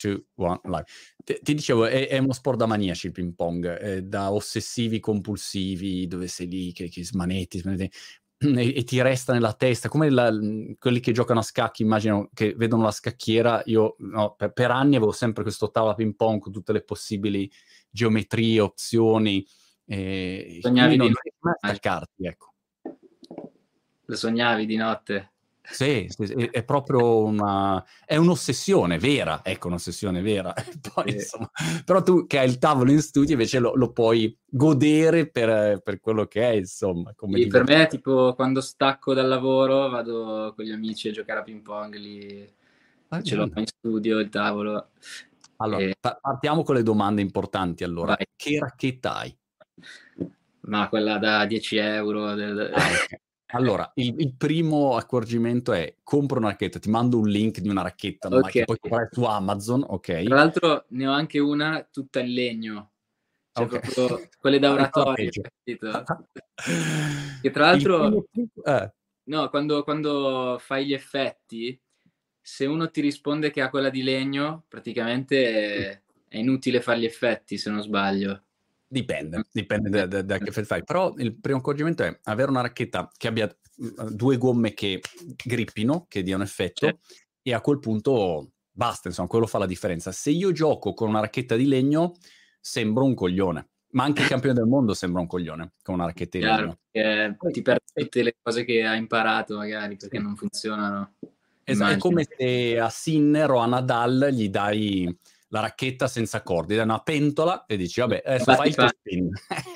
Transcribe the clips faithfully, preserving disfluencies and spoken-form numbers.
two, one, live. T ti dicevo, è è uno sport da maniaci il ping pong, ehm, da ossessivi compulsivi, dove sei lì che che smanetti, smanetti e e ti resta nella testa, come la mhmm, quelli che giocano a scacchi immagino che vedono la scacchiera, io no, per per anni avevo sempre questo tavola ping pong con tutte le possibili geometrie, opzioni, ehm, quindi Sognavi non di non riesci mai a immagino. staccarti, ecco. Lo sognavi di notte? Sì, sì, sì, è è proprio una è un'ossessione vera, ecco, un'ossessione vera. E poi Sì. insomma però tu che hai il tavolo in studio invece lo lo puoi godere per per quello che è, insomma, come Sì, per me è diversione. tipo quando stacco dal lavoro vado con gli amici a giocare a ping pong lì, Ah, ce l'ho grande. in studio il tavolo. Allora, E pa partiamo con le domande importanti allora. vai. Che racchetta hai? Ma quella da dieci euro del Ah, okay. Allora, il il primo accorgimento è: compra una racchetta, ti mando un link di una racchetta normale che Okay. puoi comprare su Amazon, Tra okay? l'altro ne ho anche una tutta in legno, cioè Okay. proprio quelle da Ancora oratorio, peggio. capito? Che tra Il l'altro primo trucco eh. no, quando quando fai gli effetti, se uno ti risponde che ha quella di legno, Mh. praticamente è inutile far gli effetti, se non sbaglio. Dipende, dipende da da da che effetto fai. Però il primo accorgimento è avere una racchetta che abbia, mhmm, due gomme che grippino, che diano Ce effetto, e a quel punto basta, insomma, quello fa la differenza. Se io gioco con una racchetta di legno sembro un coglione, ma anche il campione del mondo sembra un coglione con una racchetta di Chiaro, legno. perché Poi ti perdi e tutte le cose che hai imparato magari, perché Sì. non funzionano, Esa è immagino. come se a Sinner o a Nadal gli dai la racchetta senza cordi, gli dai una pentola e dici: "Vabbè, adesso fai il tuo Battipani. spin."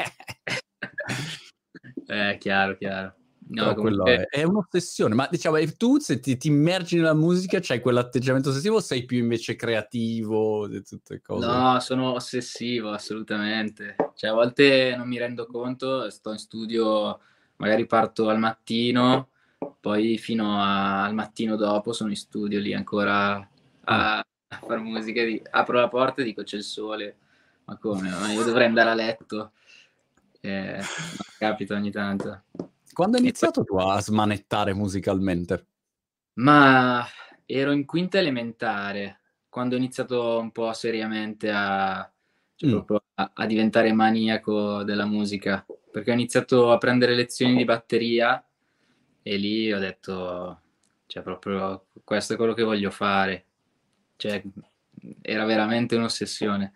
Eh, chiaro, chiaro. No, Però quello comunque è è un'ossessione, ma diciamo e tu se ti ti immergi nella musica c'hai quell'atteggiamento ossessivo o sei più invece creativo, di tutte cose no, sono ossessivo assolutamente. Cioè a volte non mi rendo conto, sto in studio, magari parto al mattino, poi fino a al mattino dopo sono in studio lì ancora Ah. a a far musica, di apro la porta e dico: "C'è il sole." Ma come? Ma io dovrei andare a letto. Ehm, ma capita ogni tanto. Quando hai E poi iniziato tu a smanettare musicalmente? Ma ero in quinta elementare, quando ho iniziato un po' seriamente a cioè Mh. proprio a a diventare maniaco della musica, perché ho iniziato a prendere lezioni di batteria e lì ho detto: "Cioè proprio questo è quello che voglio fare." Cioè, mhmm, era veramente un'ossessione.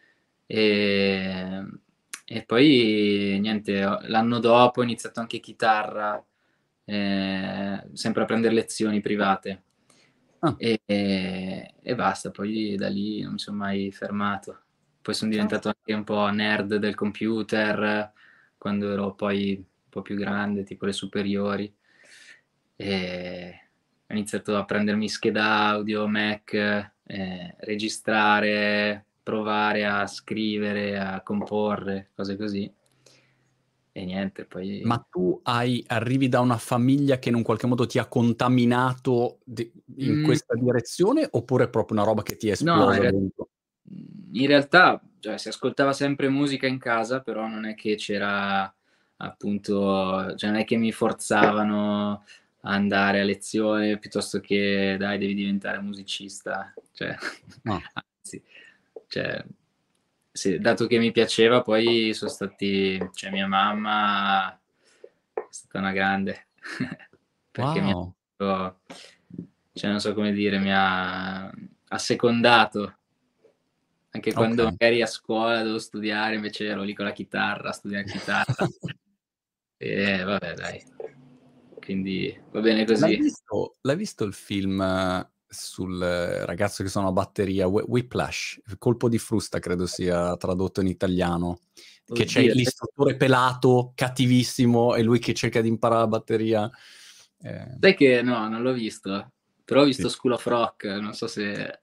Ehm, e poi niente, ho l'anno dopo ho iniziato anche chitarra, ehm, sempre a prender lezioni private. Ah. E e basta, poi da lì non mi son mai fermato. Poi son diventato anche un po' nerd del computer, quando ero poi un po' più grande, tipo le superiori. E ho iniziato a prendermi scheda audio, Mac, ehm, registrare, provare a scrivere, a comporre, cose così. E niente, poi Ma tu hai arrivi da una famiglia che in un qualche modo ti ha contaminato de in Mh. questa direzione, oppure è proprio una roba che ti è No, in esplosa rea dentro? mhmm, in realtà, cioè si ascoltava sempre musica in casa, però non è che c'era appunto cioè non è che mi forzavano a andare a lezione piuttosto che: "Dai, devi diventare musicista." Cioè, Ah. anzi, cioè sì, dato che mi piaceva poi son stati cioè mia mamma è stata una grande, perché mi Wow. ha cioè non so come dire, mi ha assecondato. Anche quando Okay. magari a scuola dovevo studiare, invece ero lì con la chitarra, a studiare chitarra. E vabbè dai. Quindi va bene L'hai così. visto l'hai visto il film sul ragazzo che suona la batteria, Whi Whiplash? Il colpo di frusta credo sia tradotto in italiano, che c'è Oddio, sai l'istruttore pelato, cattivissimo, e lui che cerca di imparare la batteria, ehm sai che no, non l'ho visto, però ho visto Sì. School of Rock, non so se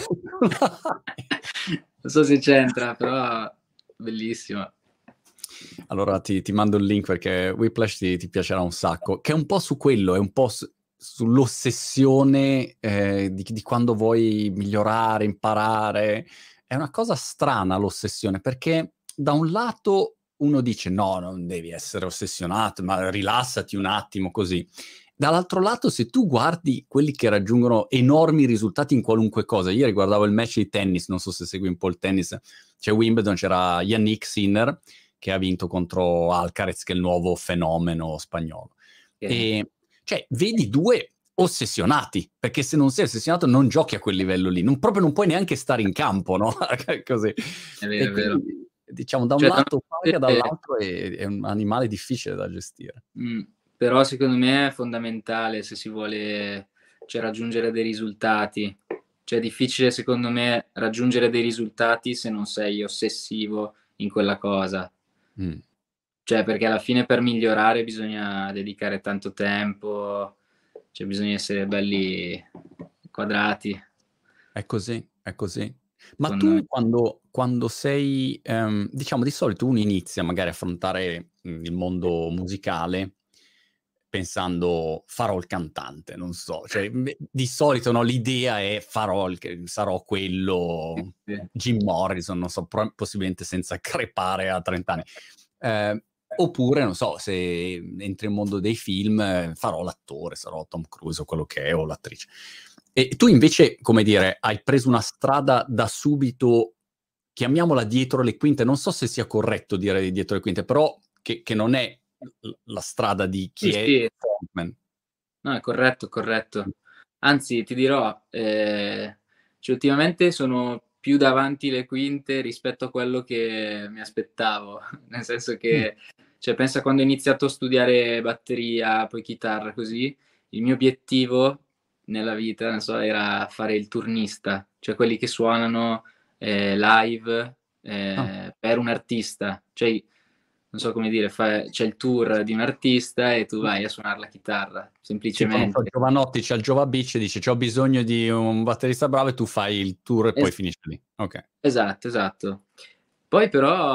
non so se c'entra, però bellissimo. Allora ti ti mando il link perché Whiplash ti ti piacerà un sacco, che è un po' su quello, è un po' s sull'ossessione, ehm, di ch di quando vuoi migliorare, imparare. È una cosa strana l'ossessione, perché da un lato uno dice: "No, non devi essere ossessionato, ma rilassati un attimo così." Dall'altro lato, se tu guardi quelli che raggiungono enormi risultati in qualunque cosa, ieri guardavo il match di tennis, non so se segui un po' il tennis, c'è Wimbledon, c'era Yannick Sinner che ha vinto contro Alcaraz, che è il nuovo fenomeno spagnolo. Okay. E cioè, vedi due ossessionati, perché se non sei ossessionato non giochi a quel livello lì, non, proprio non puoi neanche stare in campo, no? Così. È vero, E è vero. quindi, diciamo, da un Cioè lato paga, nonostante dall'altro è, è un animale difficile da gestire. Mh, però secondo me è fondamentale se si vuole, cioè, raggiungere dei risultati. Cioè è difficile secondo me raggiungere dei risultati se non sei ossessivo in quella cosa. Mh. Cioè, perché alla fine per migliorare bisogna dedicare tanto tempo, cioè bisogna essere belli quadrati, È così, è così. Ma secondo me. tu quando quando sei ehm, diciamo di solito uno inizia magari a affrontare, mhmm, il mondo musicale pensando: "Farò il cantante", non so, cioè, me di solito, no, l'idea è: "Farò il che sarò quello, Sì. Jim Morrison", non so, pro possibilmente senza crepare a trenta anni. Ehm, oppure, non so, se entri nel mondo dei film, farò l'attore, sarò Tom Cruise o quello che è, o l'attrice. E tu invece, come dire, hai preso una strada da subito, chiamiamola dietro le quinte, non so se sia corretto dire dietro le quinte, però che che non è l la strada di chi Sì, è sì. frontman. No, è corretto, corretto. Anzi, ti dirò, ehm, cioè ultimamente sono più davanti le quinte rispetto a quello che mi aspettavo. Nel senso Mh. che, cioè pensa quando ho iniziato a studiare batteria, poi chitarra, così, il mio obiettivo nella vita, non so, era fare il turnista, cioè quelli che suonano, ehm, live, Ah. ehm, per un artista. Cioè non so come dire, fa c'è il tour di un artista e tu vai a suonar la chitarra, Tipo, non so, semplicemente. Jovanotti c'ha il Jova Beach e dice: "C'ho bisogno di un batterista bravo", e tu fai il tour e Es poi finisce lì. Okay. esatto, esatto. Poi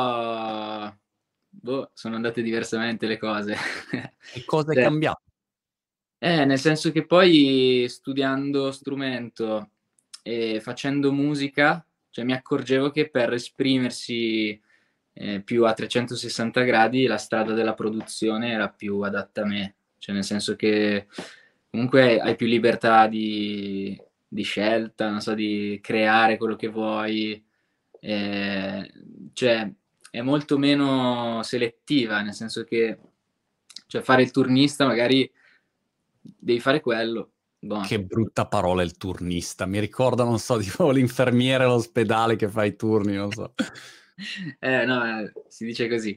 però, boh, sono andate diversamente le cose. E cosa è Cioè cambiato? eh, nel senso che poi studiando strumento e facendo musica, cioè mi accorgevo che per esprimersi, ehm, più a trecentosessanta gradi la strada della produzione era più adatta a me. Cioè nel senso che comunque hai più libertà di di scelta, non so, di creare quello che vuoi, ehm, cioè è molto meno selettiva, nel senso che, cioè fare il turnista magari devi fare quello, boh. Che brutta parola il turnista. Mi ricorda, non so, tipo l'infermiere all'ospedale che fa i turni, non so. Eh, no, ehm, si dice così.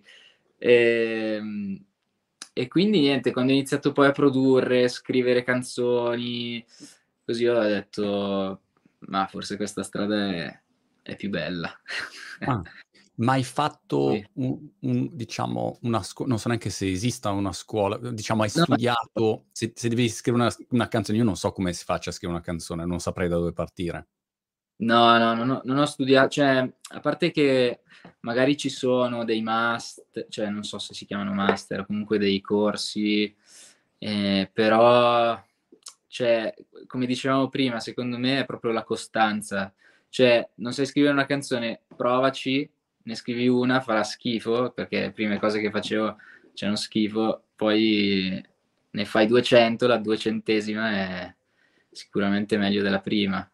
Ehm, e quindi niente, quando ho iniziato poi a produrre, scrivere canzoni, così ho detto: "Ma forse questa strada è è più bella." Ah, ma hai Sì. fatto un un diciamo una scuo non so neanche se esista una scuola, uhm, diciamo hai No, studiato se se devi scrivere una s una canzone, io non so come si faccia a scrivere una canzone, non saprei da dove partire. no, no, non ho non ho studia cioè, a parte che magari ci sono dei mast cioè non so se si chiamano master, o comunque dei corsi, ehm, però cioè, come dicevamo prima, secondo me è proprio la costanza. Cioè, non sai scrivere una canzone, provaci, ne scrivi una, farà schifo, perché le prime cose che facevo facevano schifo, poi ne fai duecento, la duecentesima è sicuramente meglio della prima.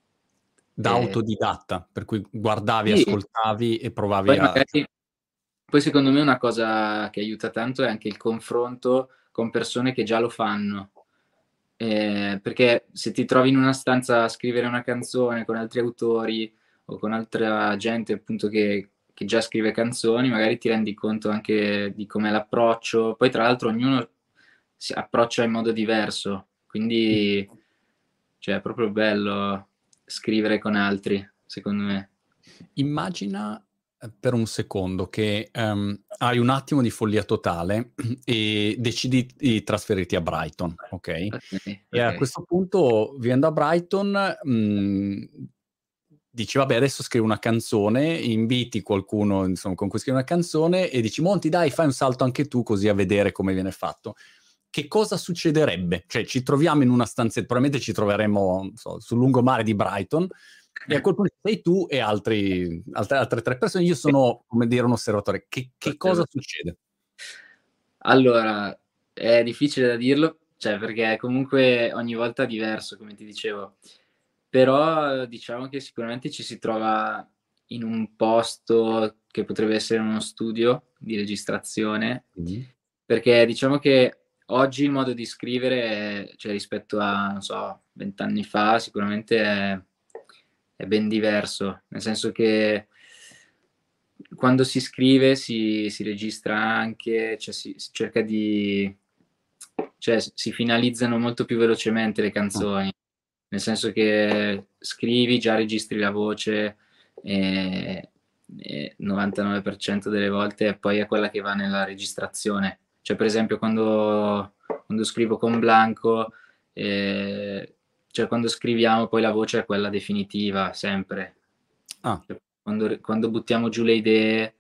Da Ehm autodidatta, per cui guardavi, sì, ascoltavi e provavi poi a magari poi secondo me una cosa che aiuta tanto è anche il confronto con persone che già lo fanno. Ehm, perché se ti trovi in una stanza a scrivere una canzone con altri autori o con altra gente appunto che che già scrive canzoni, magari ti rendi conto anche di com'è l'approccio. Poi tra l'altro ognuno si approccia in modo diverso, quindi cioè è proprio bello scrivere con altri, secondo me. Immagina, ehm, per un secondo che, ehm, hai un attimo di follia totale e decidi di trasferirti a Brighton, okay, Okay, e a okay. questo punto vivendo a Brighton, mhmm, dici: "Vabbè, adesso scrivo una canzone", inviti qualcuno, insomma, con cui scrivi una canzone e dici: "Monti dai, fai un salto anche tu così a vedere come viene fatto." Che cosa succederebbe? Cioè, ci troviamo in una stanzetta, probabilmente ci troveremo, non so, sul lungomare di Brighton e a quel punto sei tu e altri altre altre tre persone, io sono, come dire, un osservatore. Che che cosa succede? Allora, è difficile da dirlo, cioè perché comunque ogni volta è diverso, come ti dicevo. Però diciamo che sicuramente ci si trova in un posto che potrebbe essere uno studio di registrazione, Mh. perché diciamo che oggi il modo di scrivere, cioè rispetto a, non so, venti anni fa, sicuramente è, è ben diverso, nel senso che quando si scrive si, si registra anche, cioè si, si cerca di, cioè si finalizzano molto più velocemente le Ah. canzoni, nel senso che scrivi, già registri la voce e, e novantanove per cento delle volte poi è quella che va nella registrazione. Cioè per esempio quando, quando scrivo con Blanco, eh, cioè quando scriviamo poi la voce è quella definitiva, sempre. Ah. Cioè, quando, quando buttiamo giù le idee,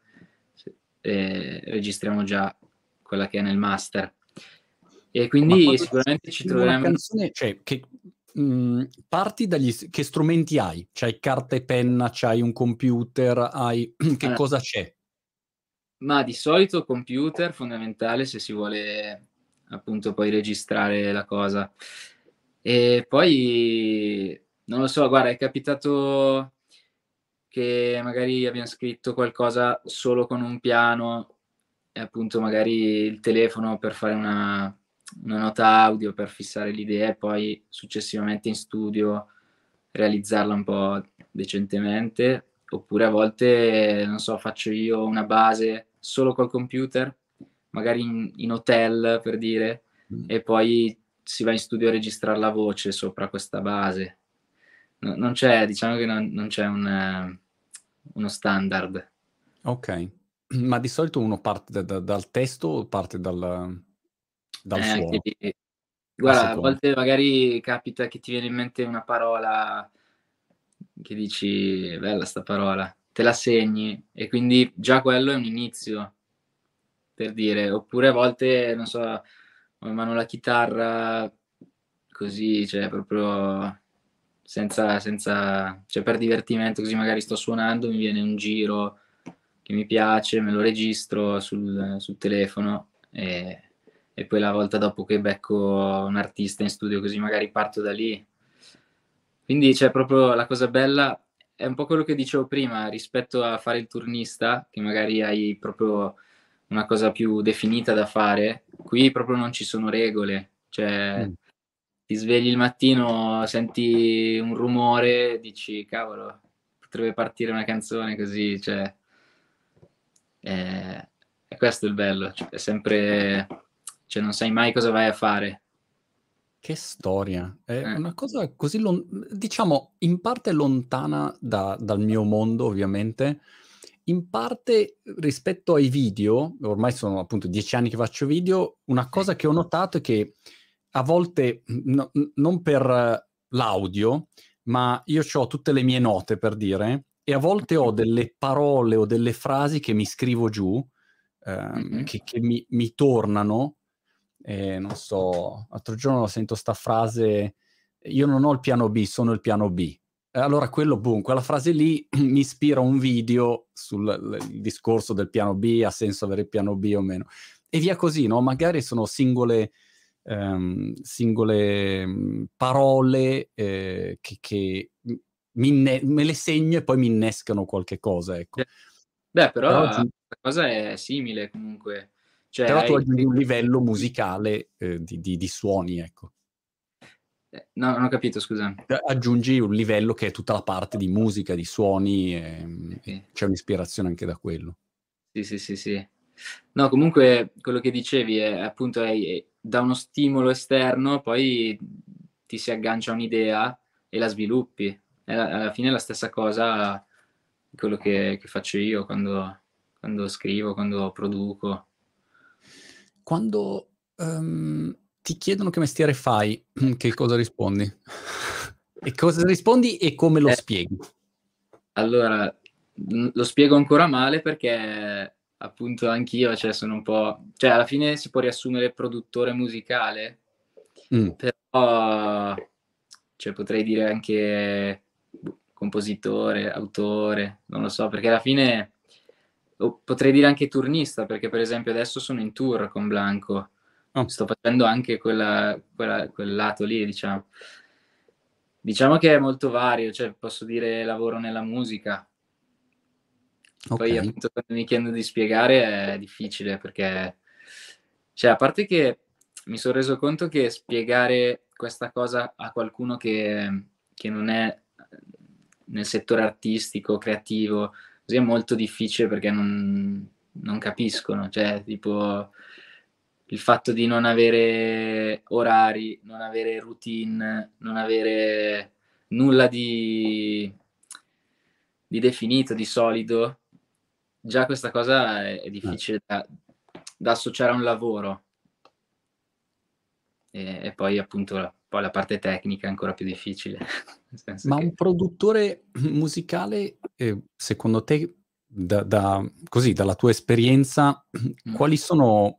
eh, registriamo già quella che è nel master. E Ma quindi quando si sicuramente ci scrive una troveremo. canzone, cioè che mhmm, parti dagli s che strumenti hai? C'hai carta e penna, c'hai un computer, hai che Allora, cosa c'è? ma di solito computer fondamentale se si vuole appunto poi registrare la cosa. E poi non lo so, guarda, è capitato che magari abbiam scritto qualcosa solo con un piano e appunto magari il telefono per fare una una nota audio, per fissare l'idea e poi successivamente in studio realizzarla un po' decentemente, oppure a volte, non so, faccio io una base solo col computer, magari in in hotel per dire, Mh. e poi si va in studio a registrar la voce sopra questa base. No, non c'è, diciamo che non non c'è un uno standard. Okay. Ma di solito uno parte da da dal testo o parte dal Eh, dal anche suono? lì. A Guarda, a seconda. volte magari capita che ti viene in mente una parola che dici: "Bella 'sta parola", te la segni e quindi già quello è un inizio, per dire. Oppure a volte, non so, ho in mano la chitarra così, cioè proprio senza senza cioè per divertimento, così magari sto suonando, mi viene un giro che mi piace, me lo registro sul sul telefono e e poi la volta dopo che becco un artista in studio così magari parto da lì. Quindi cioè proprio la cosa bella è un po' quello che dicevo prima rispetto a fare il turnista, che magari hai proprio una cosa più definita da fare, qui proprio non ci sono regole, cioè Mh. ti svegli il mattino, senti un rumore, dici: "Cavolo, potrebbe partire una canzone così", cioè ehm, è questo il bello, cioè è sempre, cioè non sai mai cosa vai a fare. Che storia. È Eh, una cosa così lon diciamo in parte lontana da dal mio mondo ovviamente, in parte rispetto ai video, ormai sono appunto dieci anni che faccio video, una sì. cosa che ho notato è che a volte, mhmm, no n non per l'audio, ma io c'ho tutte le mie note per dire, e a volte ho Mh-mh. delle parole o delle frasi che mi scrivo giù, ehm, Mh-mh. che che mi mi tornano. Ehm, non so, l'altro giorno sento 'sta frase: "Io non ho il piano B, sono il piano B". E allora quello boom, quella frase lì mi ispira un video sul l il discorso del piano B, ha senso avere il piano B o meno. E via così, no, magari sono singole ehm, singole, mhmm, parole, ehm, che che m mi inne me le segno e poi mi innescano qualche cosa, ecco. Cioè, beh, però Però la aggiun cosa è simile comunque. Cioè però tu hai aggiungi un livello musicale, ehm, di di di suoni, ecco. eh, no, non ho capito scusa. Eh, aggiungi un livello che è tutta la parte di musica, di suoni, ehm, e Sì. c'è un'ispirazione anche da quello. Sì, sì, sì, sì. No, comunque quello che dicevi è appunto hai ehm, da uno stimolo esterno poi ti si aggancia un'idea e la sviluppi. E a alla fine è la stessa cosa quello che che faccio io quando quando scrivo, quando produco. Quando, uhm, ti chiedono che mestiere fai, che cosa rispondi? E cosa rispondi e come lo Eh, spieghi? allora, mhmm, lo spiego ancora male perché appunto anch'io, cioè sono un po', cioè alla fine si può riassumere produttore musicale, Mh. però cioè potrei dire anche, boh, compositore, autore, non lo so, perché alla fine o potrei dire anche turnista, perché per esempio adesso sono in tour con Blanco, Oh. sto facendo anche quella quella quel lato lì, diciamo. Diciamo che è molto vario, cioè posso dire lavoro nella musica. Poi Okay. appunto quando mi chiedono di spiegare è difficile perché cioè a parte che mi son reso conto che spiegare questa cosa a qualcuno che che non è, uhm, nel settore artistico, creativo, così è molto difficile perché non non capiscono. Cioè tipo il fatto di non avere orari, non avere routine, non avere nulla di di definito, di solido, già questa cosa è è Eh. difficile da da associare a un lavoro. E e poi appunto la poi la parte tecnica è ancora più difficile, nel senso Ma che un produttore musicale, ehm, secondo te, da da così, dalla tua esperienza, Mh. quali sono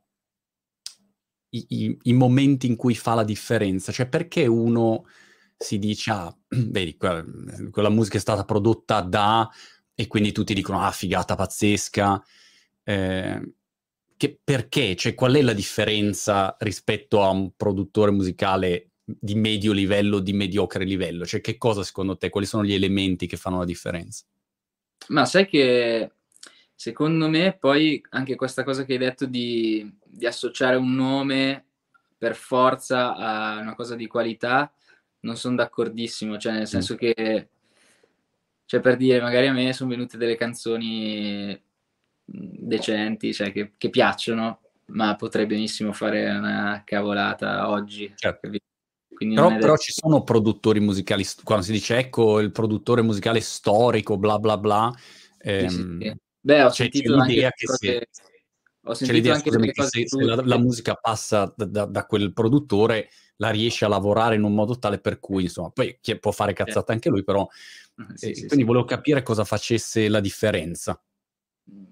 i i i momenti in cui fa la differenza? Cioè perché uno si dice: "Ah, vedi quella mhmm, quella musica è stata prodotta da" e quindi tutti dicono: "Ah, figata pazzesca." Ehm, che perché? Cioè qual è la differenza rispetto a un produttore musicale di medio livello, di mediocre livello? Cioè che cosa secondo te, quali sono gli elementi che fanno la differenza? Ma sai che secondo me poi anche questa cosa che hai detto di di associare un nome per forza a una cosa di qualità, non son d'accordissimo. Cioè nel Mh. senso che cioè per dire, magari a me son venute delle canzoni, mhmm, decenti, cioè che che piacciono, ma potrei benissimo fare una cavolata oggi, Certo. capi quindi non Però è però detto ci sono produttori musicali st quando si dice: "Ecco il produttore musicale storico, bla bla bla", Sì, sì, ehm, sì. Beh, ho c'è c'è sentito anche l'idea delle che se cose ho c'è sentito l'idea, anche scusami, delle che cose se se la la brutte. musica passa da da da quel produttore, la riesce a lavorare in un modo tale per cui insomma poi chi è può fare Eh. cazzate anche lui, però Mh, sì, ehm, sì, quindi sì. volevo capire cosa facesse la differenza. Mh.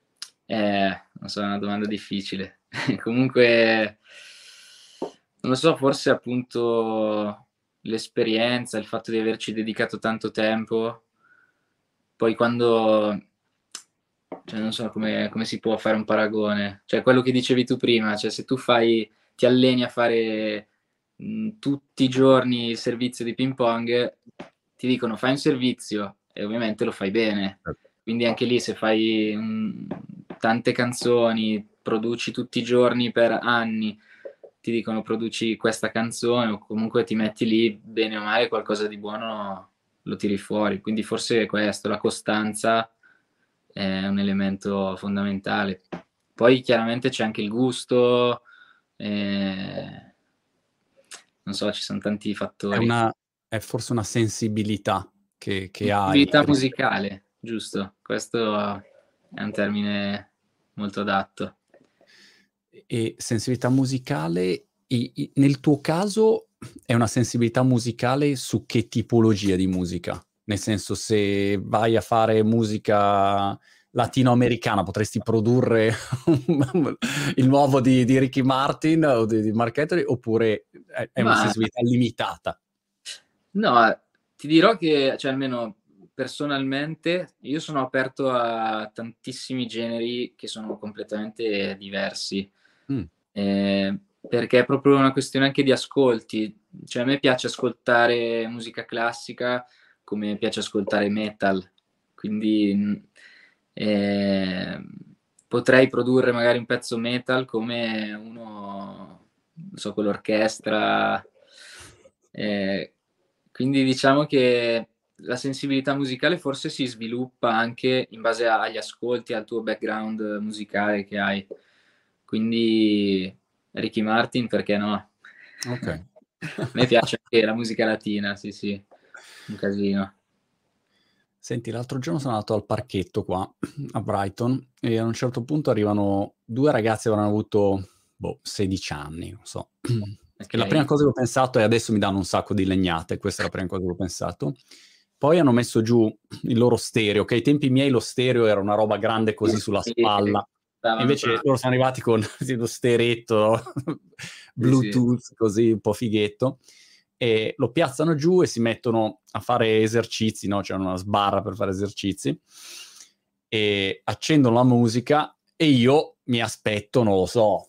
Eh, non so, è una domanda difficile. Comunque non lo so, forse appunto l'esperienza, il fatto di averci dedicato tanto tempo. Poi quando cioè non so come come si può fare un paragone. Cioè quello che dicevi tu prima, cioè se tu fai ti alleni a fare, mhmm, tutti i giorni il servizio di ping pong, ti dicono: "Fai un servizio" e ovviamente lo fai bene. Quindi anche lì se fai, mhmm, tante canzoni, produci tutti i giorni per anni, ti dicono: "Produci questa canzone" o comunque ti metti lì, bene o male qualcosa di buono lo tiri fuori. Quindi forse è questo, la costanza è un elemento fondamentale. Poi chiaramente c'è anche il gusto, ehm, non so, ci son tanti È fattori. una è forse una sensibilità che che hai Sensibilità rispe musicale, giusto. Questo è un termine molto adatto. E e sensibilità musicale, i i nel tuo caso è una sensibilità musicale su che tipologia di musica? Nel senso, se vai a fare musica latinoamericana potresti produrre il nuovo di di Ricky Martin o di di Marc Anthony oppure è è una Ma sensibilità limitata? no, ti dirò che cioè almeno personalmente io sono aperto a tantissimi generi che sono completamente diversi. Mh. Ehm, perché è proprio una questione anche di ascolti. Cioè a me piace ascoltare musica classica, come piace ascoltare metal. Quindi, mhmm, ehm, potrei produrre magari un pezzo metal come uno non so, con l'orchestra. Ehm, quindi diciamo che la sensibilità musicale forse si sviluppa anche in base a agli ascolti, al tuo background musicale che hai. Quindi Ricky Martin, perché no? Okay. A me piace anche la musica latina, sì, sì, un casino. Senti, l'altro giorno sono andato al parchetto qua a Brighton e a un certo punto arrivano due ragazzi, avranno avuto, boh, sedici anni, non so. E la prima Okay. cosa che ho pensato è: "Adesso mi danno un sacco di legnate." Questa è la prima cosa che ho pensato. Poi hanno messo giù il loro stereo, che ai tempi miei lo stereo era una roba grande così sulla Sì, che spalla, e stavano invece tanto. loro sono arrivati con sì, lo steretto Sì, sì. Bluetooth così un po' fighetto, e lo piazzano giù e si mettono a fare esercizi, no, c'hanno una sbarra per fare esercizi, e accendono la musica e io mi aspetto, non lo so,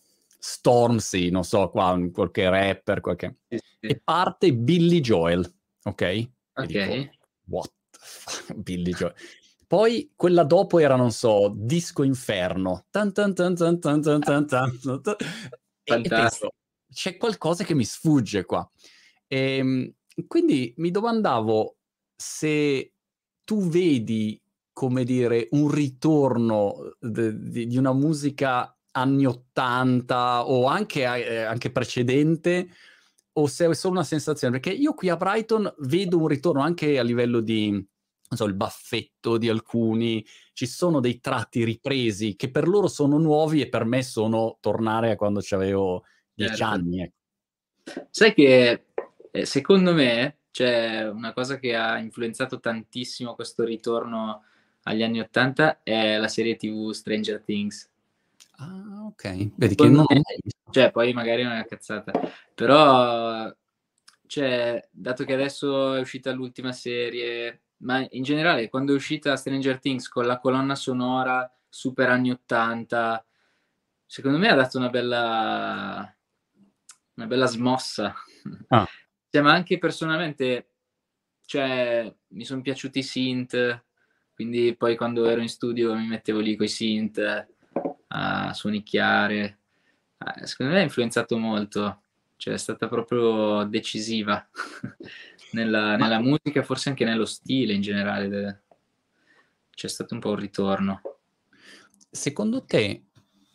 Stormzy, non so, qua qualche rapper, qualche... Sì, e sì. parte Billy Joel, ok? E dico, Ok. what the fuck, Billy Joel. Poi quella dopo era, non so, Disco Inferno. Tan tan tan tan tan tan tan tan tan tan. E, e Fantastico. penso, c'è qualcosa che mi sfugge qua. E, quindi mi domandavo se tu vedi, come dire, un ritorno de, di, di una musica anni ottanta o anche, eh, anche precedente, o se è solo una sensazione, perché io qui a Brighton vedo un ritorno anche a livello di, non so, il baffetto di alcuni, ci sono dei tratti ripresi che per loro sono nuovi e per me sono tornare a quando avevo dieci Certo. anni. Ecco. Sai che eh, secondo me c'è una cosa che ha influenzato tantissimo questo ritorno agli anni ottanta, è la serie tivù Stranger Things. Ah, ok. Vedi che Secondo non ho me, mai visto. cioè poi magari è una cazzata, però cioè, dato che adesso è uscita l'ultima serie, ma in generale quando è uscita Stranger Things con la colonna sonora super anni ottanta, secondo me ha dato una bella una bella smossa. Ah. Cioè, ma anche personalmente, cioè, mi son piaciuti i synth, quindi poi quando ero in studio mi mettevo lì coi synth a suonicchiare. Eh, secondo me ha influenzato molto, cioè è stata proprio decisiva nella, Ma nella musica e forse anche nello stile in generale. De... C'è stato un po' un ritorno. secondo te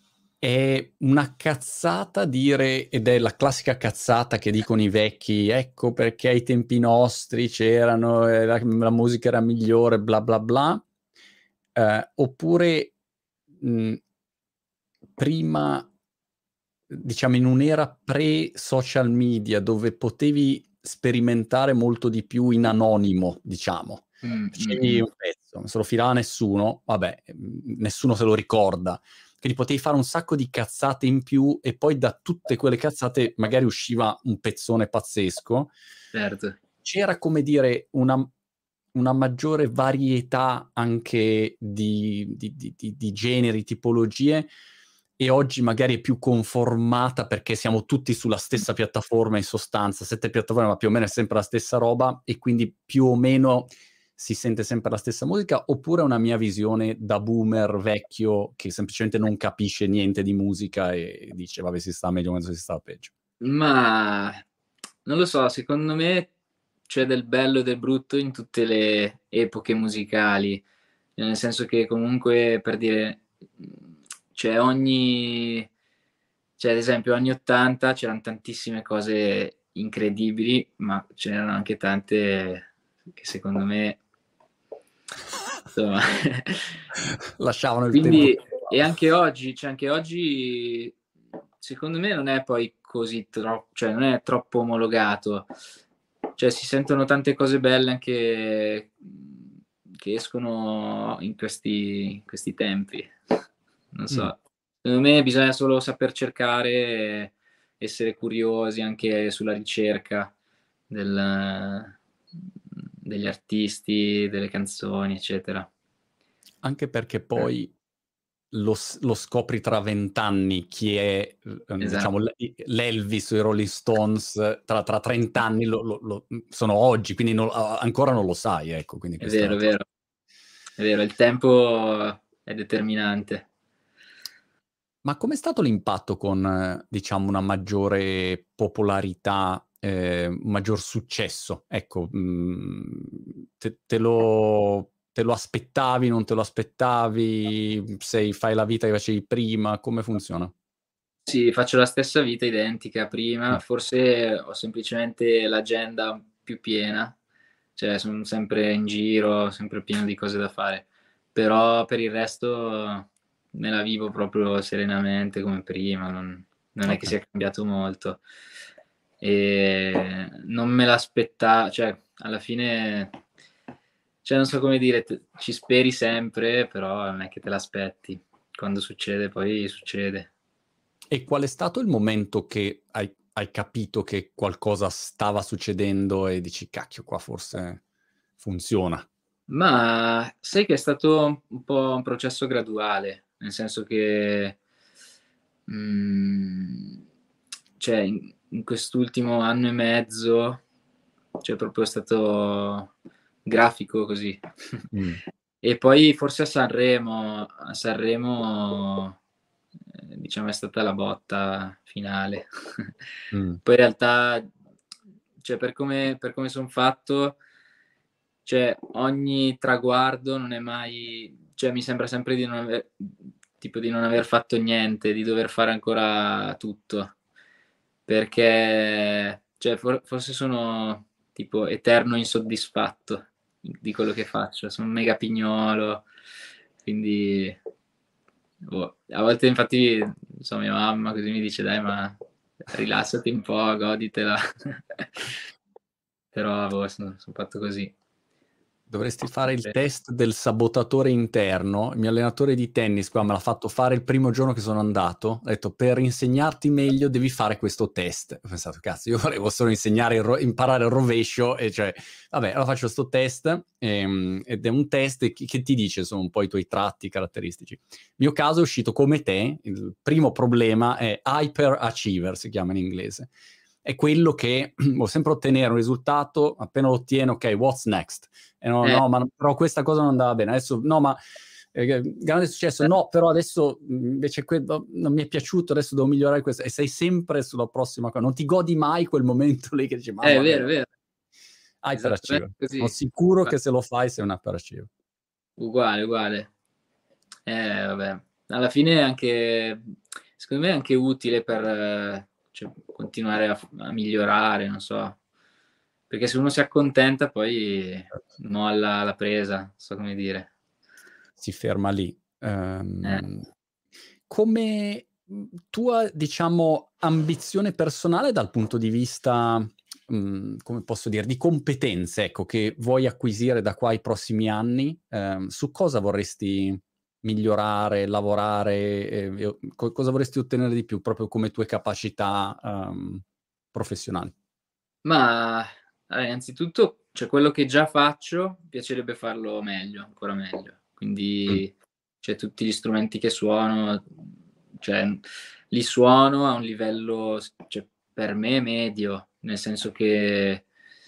è una cazzata dire, ed è la classica cazzata che dicono i vecchi, ecco perché ai tempi nostri c'erano, eh, la, la musica era migliore, bla bla bla, eh, oppure mh, prima, diciamo in un'era pre-social media dove potevi sperimentare molto di più in anonimo, diciamo. Mm, mm, Facevi mm. un pezzo, non se lo filava nessuno, vabbè, nessuno se lo ricorda. Quindi potevi fare un sacco di cazzate in più e poi da tutte quelle cazzate magari usciva un pezzone pazzesco. Certo. C'era, come dire, una, una maggiore varietà anche di, di, di, di, di generi, tipologie, e oggi magari è più conformata perché siamo tutti sulla stessa piattaforma, in sostanza, sette piattaforme, ma più o meno è sempre la stessa roba e quindi più o meno si sente sempre la stessa musica, oppure è una mia visione da boomer vecchio che semplicemente non capisce niente di musica e dice vabbè si sta meglio quando si sta peggio. Ma non lo so, secondo me c'è del bello e del brutto in tutte le epoche musicali, nel senso che comunque per dire, cioè ogni, cioè ad esempio anni ottanta c'erano tantissime cose incredibili, ma ce n'erano anche tante che secondo me insomma Lasciavano il tempo. quindi e anche oggi, cioè anche oggi secondo me non è poi così troppo, cioè non è troppo omologato, cioè si sentono tante cose belle anche che escono in questi, in questi tempi, non Mm. so, secondo me bisogna solo saper cercare, essere curiosi anche sulla ricerca del, degli artisti, delle canzoni, eccetera. Anche perché poi lo, lo scopri tra vent'anni chi è, ehm, Esatto. diciamo, l'Elvis o i Rolling Stones, tra, tra trenta anni lo, lo, lo, sono oggi, quindi non, ancora non lo sai, ecco. Quindi È questa è vero, la è cosa. vero, è vero, il tempo è determinante. Ma com'è stato l'impatto con, diciamo, una maggiore popolarità, eh, un maggior successo? Ecco, mh, te, te lo, te lo aspettavi, non te lo aspettavi? Sei, fai la vita che facevi prima? Come funziona? Sì, faccio la stessa vita identica a prima, Mm. forse ho semplicemente l'agenda più piena, cioè sono sempre in giro, sempre pieno di cose da fare, però per il resto me la vivo proprio serenamente come prima, non, non è che Ok. sia cambiato molto. E non me l'aspettavo, cioè alla fine, cioè non so come dire, te- ci speri sempre, però non è che te l'aspetti. Quando succede, poi succede. E qual è stato il momento che hai, hai capito che qualcosa stava succedendo e dici, cacchio, qua forse funziona? Ma sai che è stato un po' un processo graduale, nel senso che Mhmm, cioè in in quest'ultimo anno e mezzo, cioè proprio stato grafico così. Mh. E poi forse a Sanremo a Sanremo, ehm, diciamo è stata la botta finale. Mh. Poi in realtà, cioè per come per come son fatto, cioè ogni traguardo non è mai, cioè mi sembra sempre di non ave tipo di non aver fatto niente, di dover fare ancora tutto. Perché cioè for forse sono tipo eterno insoddisfatto di quello che faccio. Sono mega pignolo, quindi boh, a volte infatti, non so, mia mamma così mi dice: "Dai, ma rilassati un po', goditela." Però boh, son son fatto così. Dovresti fare il test del sabotatore interno. Il mio allenatore di tennis qua me l'ha fatto fare il primo giorno che sono andato. Ha detto: "Per insegnarti meglio devi fare questo test." Ho pensato: "Cazzo, io volevo solo insegnare il ro imparare il rovescio e cioè vabbè, allora faccio 'sto test, ehm, ed è un test che che ti dice insomma un po' i tuoi tratti caratteristici. Il mio caso è uscito come te. Il primo problema è hyperachiever, si chiama in inglese. È quello che vuol sempre ottenere un risultato, appena lo ottiene: "Okay, what's next?" E no, Eh, no, ma però questa cosa non andava bene. Adesso no, ma eh, grande successo, eh, no, però adesso invece quello non mi è piaciuto, adesso devo migliorare questo. E sei sempre sulla prossima cosa. Non ti godi mai quel momento lì che dici, è mamma mia. vero, è vero, esattamente Hyperachiever. Sono così. sicuro Gua che se lo fai sei un hyperachiever. Uguale, uguale. Eh, vabbè. Alla fine è anche, secondo me è anche utile per, cioè, continuare a f a migliorare, non so. Perché se uno si accontenta poi molla la presa, non so come dire. Si ferma lì. Eh. Ehm, come, mhmm, tua, diciamo, ambizione personale dal punto di vista, mhmm, come posso dire, di competenze, ecco, che vuoi acquisire da qua ai prossimi anni, ehm, su cosa vorresti migliorare, lavorare, ehm, e co cosa vorresti ottenere di più, proprio come tue capacità, uhm, professionali? Ma, allora innanzitutto, cioè quello che già faccio, piacerebbe farlo meglio, ancora meglio. Mh. Quindi, cioè tutti gli strumenti che suono, cioè li suono a un livello s cioè per me medio, nel senso che,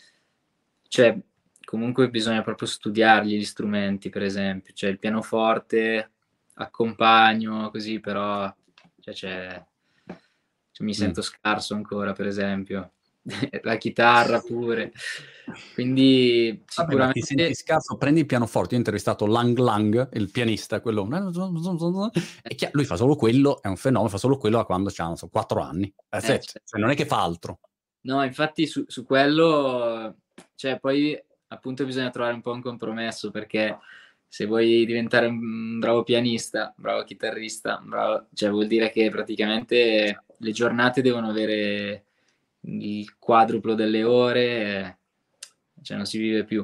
cioè comunque bisogna proprio studiarli gli strumenti, per esempio. Cioè il pianoforte accompagno così, però cioè c'è cioè mi Mh. sento scarso ancora, per esempio. La chitarra pure. Quindi Vabbè, ma ti senti sicuramente scarso, prendi il pianoforte. Io ho intervistato Lang Lang, il pianista, quello eh, è chia lui fa solo quello, è un fenomeno, fa solo quello da quando c'ha, non so, quattro anni. That's eh, it. ce Cioè non è che fa altro. no, infatti su su quello, cioè poi appunto bisogna trovare un po' un compromesso, perché se vuoi diventare un bravo pianista, un bravo chitarrista, un bravo, cioè vuol dire che praticamente le giornate devono avere il quadruplo delle ore, cioè non si vive più.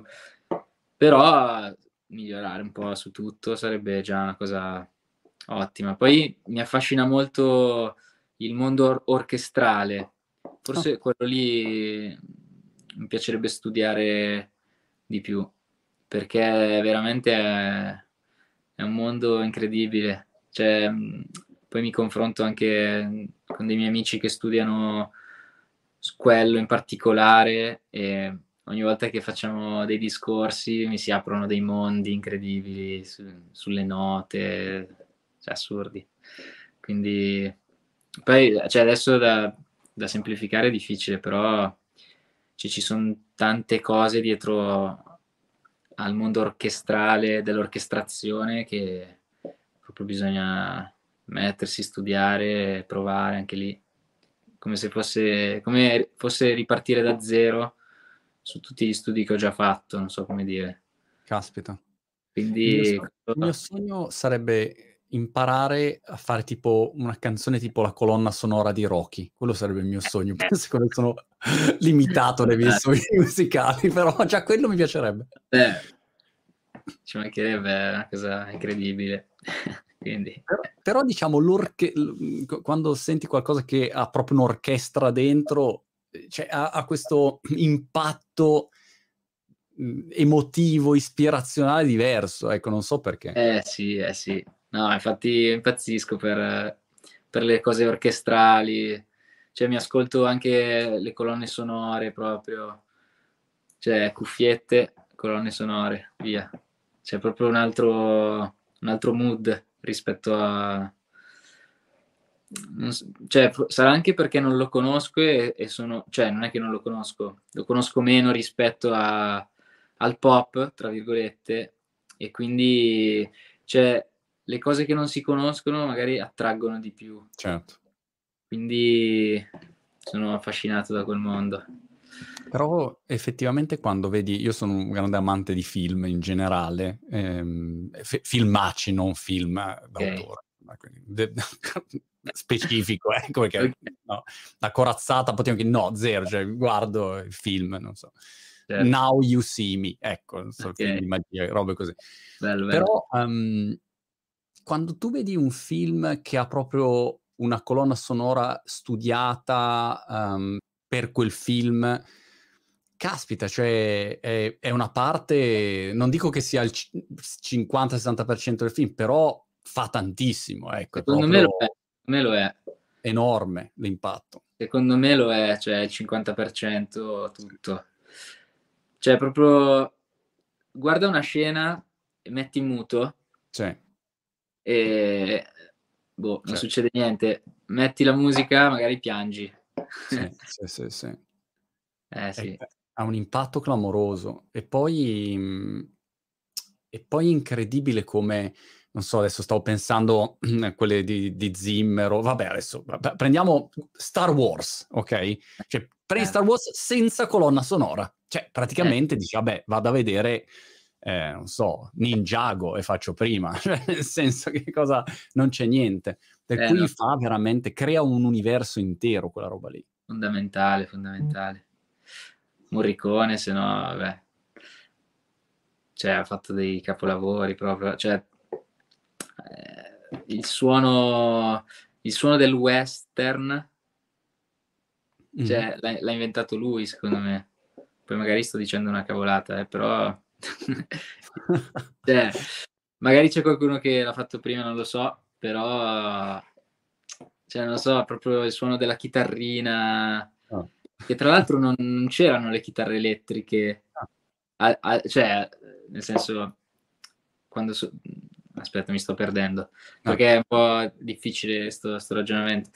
Però migliorare un po' su tutto sarebbe già una cosa ottima. Poi mi affascina molto il mondo or orchestrale. Ah, Forse quello lì, mhmm, mi piacerebbe studiare di più, perché veramente è è un mondo incredibile. Cioè, mhmm, poi mi confronto anche, mhmm, con dei miei amici che studiano s quello in particolare, e ogni volta che facciamo dei discorsi mi si aprono dei mondi incredibili su sulle note, cioè assurdi. Quindi poi, cioè adesso da da semplificare è difficile, però ci ci son tante cose dietro al mondo orchestrale, dell'orchestrazione, che proprio bisogna mettersi, studiare, provare anche lì, come se fosse come fosse ripartire da zero su tutti gli studi che ho già fatto, non so come dire. caspita. Il mio Quindi so il mio sogno sarebbe imparare a fare tipo una canzone tipo la colonna sonora di Rocky. Quello sarebbe il mio sogno. Siccome sono limitato nei miei eh, sogni musicali, però già quello mi piacerebbe. eh, ci mancherebbe, è una cosa incredibile. Quindi Però però diciamo l'orche l mhmm, q quando senti qualcosa che ha proprio un'orchestra dentro, ehm, cioè ha ha questo impatto, mhmm, emotivo, ispirazionale diverso, ecco, non so perché. eh sì, eh sì. No, infatti impazzisco per per le cose orchestrali, cioè mi ascolto anche le colonne sonore proprio, cioè cuffiette, colonne sonore, via. C'è proprio un altro, un altro mood rispetto a... Non so, cioè, sarà anche perché non lo conosco e, e sono... Cioè, non è che non lo conosco, lo conosco meno rispetto a, al pop, tra virgolette, e quindi, cioè, le cose che non si conoscono magari attraggono di più. Certo. Quindi sono affascinato da quel mondo. Però effettivamente quando vedi, io sono un grande amante di film in generale, ehm, f- filmacci, non film d'autore, okay. Quindi, de- specifico, ecco, perché Okay. no, la corazzata potevo che no, zero, cioè guardo il film, non so. Certo. Now You See Me, ecco, non so, Okay. film di magia, robe così. Bello, bello. Però um, quando tu vedi un film che ha proprio una colonna sonora studiata um, per quel film, caspita, cioè è, è una parte, non dico che sia il cinquanta sessanta per cento del film, però fa tantissimo, ecco, è Secondo me lo è, proprio me lo è. enorme l'impatto. Secondo me lo è, cioè il cinquanta per cento tutto. Cioè proprio guarda una scena e metti muto Sì. e boh, non Cioè, succede niente. Metti la musica, magari piangi. sì, sì, sì, sì. Eh È, sì. ha un impatto clamoroso. E poi, mh, e poi incredibile come, non so, adesso stavo pensando a quelle di, di Zimmer, o vabbè, adesso p- prendiamo Star Wars, ok? Cioè, prendi Eh, Star Wars senza colonna sonora. Cioè, eh, praticamente dici, vabbè, vado a vedere, eh, non so, Ninjago e faccio prima. Cioè, nel senso che cosa... Non c'è niente. Per eh, cui no, fa veramente, crea un universo intero quella roba lì. fondamentale, fondamentale. Morricone, se no, vabbè. Cioè, ha fatto dei capolavori proprio. Cioè, eh, il suono, il suono del western, Mm. cioè, l'ha, l'ha inventato lui, secondo me. Poi magari sto dicendo una cavolata, eh, però... cioè, magari c'è qualcuno che l'ha fatto prima, non lo so, però... Cioè, non lo so, proprio il suono della chitarrina... Ah. Che tra l'altro non, non c'erano le chitarre elettriche, Ah. a, a, cioè, nel senso, quando... So, aspetta, mi sto perdendo, Ah. perché è un po' difficile sto, sto ragionamento.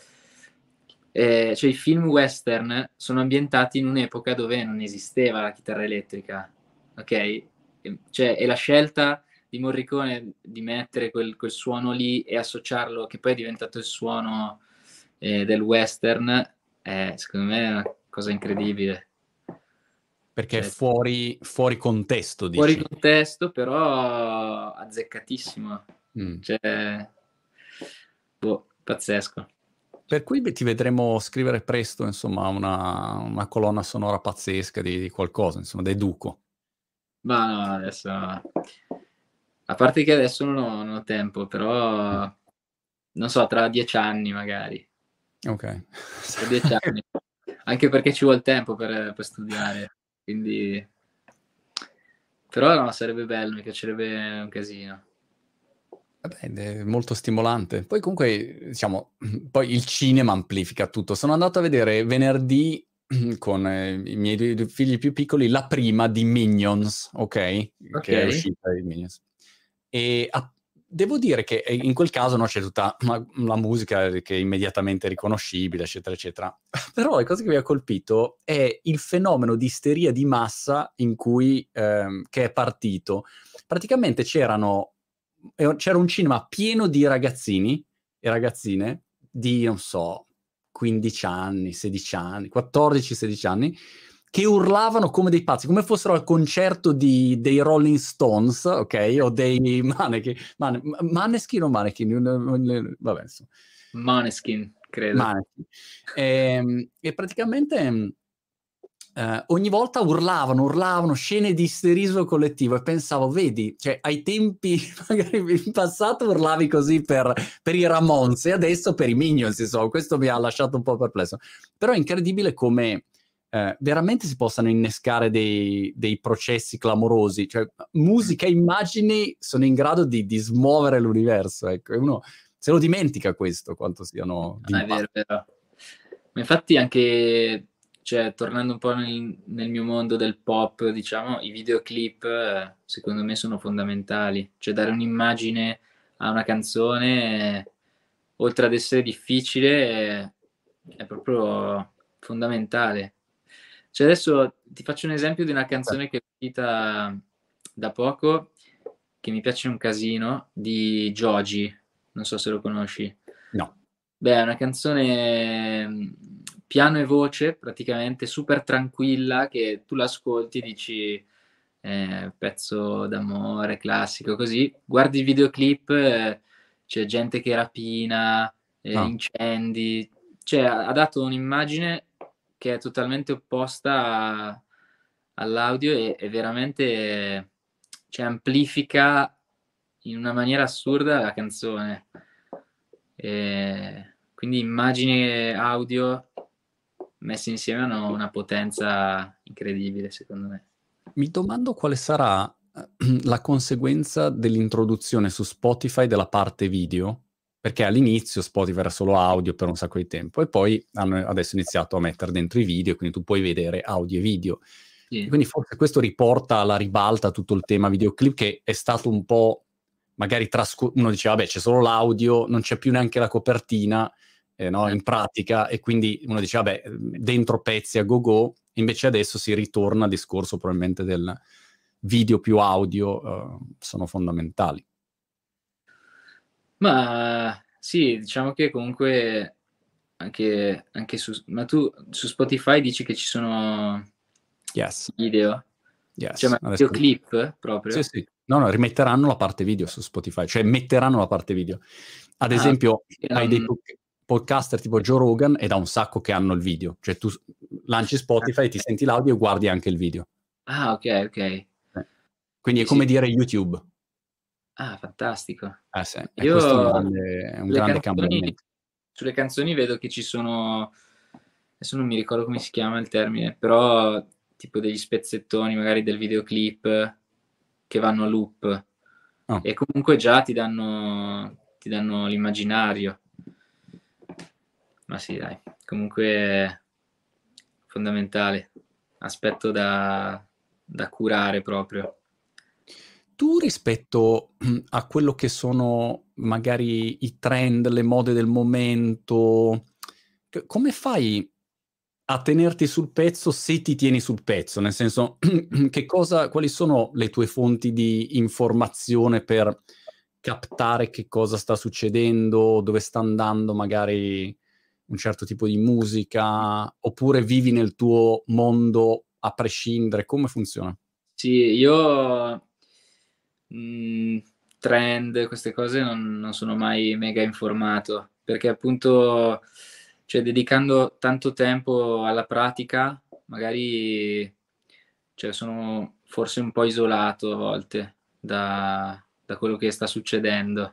Eh, cioè, i film western sono ambientati in un'epoca dove non esisteva la chitarra elettrica, ok? E, cioè, e la scelta di Morricone di mettere quel, quel suono lì e associarlo, che poi è diventato il suono eh, del western, è, secondo me è una cosa incredibile. Perché è Cioè, fuori, fuori contesto, fuori dici? contesto, però azzeccatissimo. Mm. Cioè, boh, pazzesco. Per cui beh, ti vedremo scrivere presto, insomma, una, una colonna sonora pazzesca di, di qualcosa, insomma, deduco. Ma no, adesso... A parte che adesso non ho, non ho tempo, Mm. però... Non so, tra dieci anni magari. Ok. Tra dieci anni. Anche perché ci vuole tempo per, per studiare. Quindi... Però no, sarebbe bello, mi piacerebbe un casino. Vabbè, è molto stimolante. Poi comunque, diciamo, poi il cinema amplifica tutto. Sono andato a vedere venerdì con eh, i miei due figli più piccoli la prima di Minions, ok? Ok. Che è uscita di Minions. E a- devo dire che eh, in quel caso no, c'è tutta una- la musica che è immediatamente riconoscibile, eccetera, eccetera. Però la cosa che mi ha colpito è il fenomeno di isteria di massa in cui, ehm, che è partito. Praticamente c'erano c'era un cinema pieno di ragazzini e ragazzine di, non so, quindici anni, sedici anni, quattordici sedici anni, che urlavano come dei pazzi, come fossero al concerto di, dei Rolling Stones, ok? O dei Mannequin, Man, Maneskin o Mannequin? Vabbè, insomma. Måneskin, credo. Mannequin. E, e praticamente... Uh, ogni volta urlavano, urlavano, scene di isteriso collettivo e pensavo, vedi, cioè ai tempi, magari in passato urlavi così per, per i Ramones e adesso per i Minions, insomma, questo mi ha lasciato un po' perplesso. Però è incredibile come uh, veramente si possano innescare dei, dei processi clamorosi, cioè musica e immagini sono in grado di, di smuovere l'universo, ecco, e uno se lo dimentica questo, quanto siano Ah, è vero, d'impatto. è vero. Ma infatti anche, cioè, tornando un po' nel nel mio mondo del pop, diciamo, i videoclip eh, secondo me sono fondamentali. Cioè dare un'immagine a una canzone, oltre ad essere difficile, è è proprio fondamentale. Cioè adesso ti faccio un esempio di una canzone che è uscita da poco, che mi piace un casino, di Joji, non so se lo conosci. No. Beh, è una canzone, mhmm, piano e voce, praticamente super tranquilla, che tu l'ascolti e dici: ehm, pezzo d'amore classico, così. Guardi il videoclip, eh, c'è gente che rapina, ehm, Ah. incendi, cioè ha ha dato un'immagine che è totalmente opposta a all'audio e e veramente, cioè amplifica in una maniera assurda la canzone. Ehm, quindi immagini e audio messi insieme hanno una potenza incredibile secondo me. Mi domando quale sarà la conseguenza dell'introduzione su Spotify della parte video, perché all'inizio Spotify era solo audio per un sacco di tempo e poi hanno adesso iniziato a mettere dentro i video, quindi tu puoi vedere audio e video. E Sì, quindi forse questo riporta alla ribalta tutto il tema videoclip che è stato un po' magari trascu uno diceva: "Vabbè, c'è solo l'audio, non c'è più neanche la copertina", ehm, no, eh. in pratica, e quindi uno dice: "Vabbè, mhmm, dentro pezzi a go-go", invece adesso si ritorna al discorso probabilmente del video più audio, uhm, sono fondamentali. Ma sì, diciamo che comunque anche anche su s ma tu su Spotify dici che ci sono Yes, video? Cioè yes. ma Adesso ri videoclip sì, proprio? sì. No, no, rimetteranno la parte video su Spotify, cioè metteranno la parte video. Ad Ah, esempio, che hai dei non podc podcaster tipo Joe Rogan, è da un sacco che hanno il video. Cioè tu s lanci ah, Spotify, ti okay. senti l'audio e guardi anche il video. Ah, okay, okay. Eh. Quindi è Sì, sì. come dire YouTube. Ah, fantastico. Eh sì, e questo è un Io grande è un sulle grande canzoni cambiamento. sulle canzoni vedo che ci sono, adesso non mi ricordo come si chiama il termine, però tipo degli spezzettoni magari del videoclip che vanno a loop Ah. e comunque già ti danno ti danno l'immaginario. Ma sì dai, comunque fondamentale, aspetto da da curare proprio. Tu rispetto a quello che sono magari i trend, le mode del momento, c come fai a tenerti sul pezzo se ti tieni sul pezzo? Nel senso, che cosa quali sono le tue fonti di informazione per captare che cosa sta succedendo, dove sta andando magari un certo tipo di musica, oppure vivi nel tuo mondo a prescindere? Come funziona? Sì, io, mhmm, trend, queste cose non non sono mai mega informato, perché appunto, cioè dedicando tanto tempo alla pratica, magari, cioè sono forse un po' isolato a volte da da quello che sta succedendo.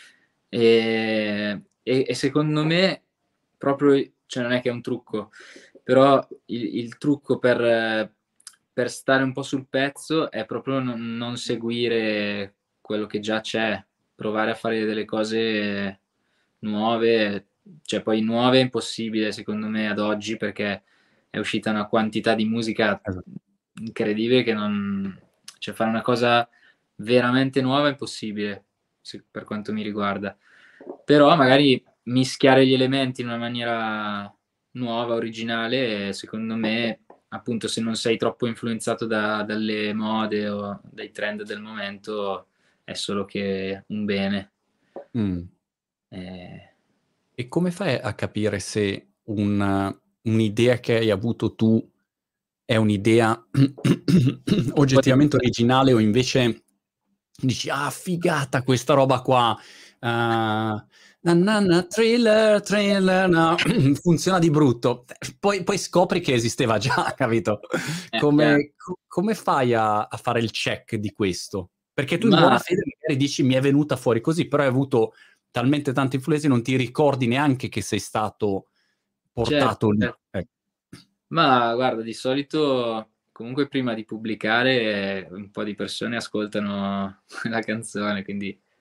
Ehm, e e secondo me proprio i cioè non è che è un trucco, però il il trucco per per stare un po' sul pezzo è proprio non non seguire quello che già c'è, provare a fare delle cose nuove, cioè poi nuove è impossibile secondo me ad oggi, perché è uscita una quantità di musica Esa incredibile che non, cioè fare una cosa veramente nuova è impossibile, se per quanto mi riguarda. Però magari mischiare gli elementi in una maniera nuova, originale, secondo me, appunto, se non sei troppo influenzato da dalle mode o dai trend del momento, è solo che un bene. mh. Ehm, E come fai a capire se un un'idea che hai avuto tu è un'idea poi oggettivamente originale o invece dici: "Ah, figata questa roba qua, uhm, na na na thriller, thriller, no", funziona di brutto. Poi poi scopri che esisteva già, capito? eh, chiaro. Come co come fai a a fare il check di questo? Perché tu in buona Ma fede magari dici: "Mi è venuta fuori così", però hai avuto talmente tante influenze, non ti ricordi neanche che sei stato certo, portato lì. cer Eh. ma guarda, di solito comunque prima di pubblicare un po' di persone ascoltano la canzone, quindi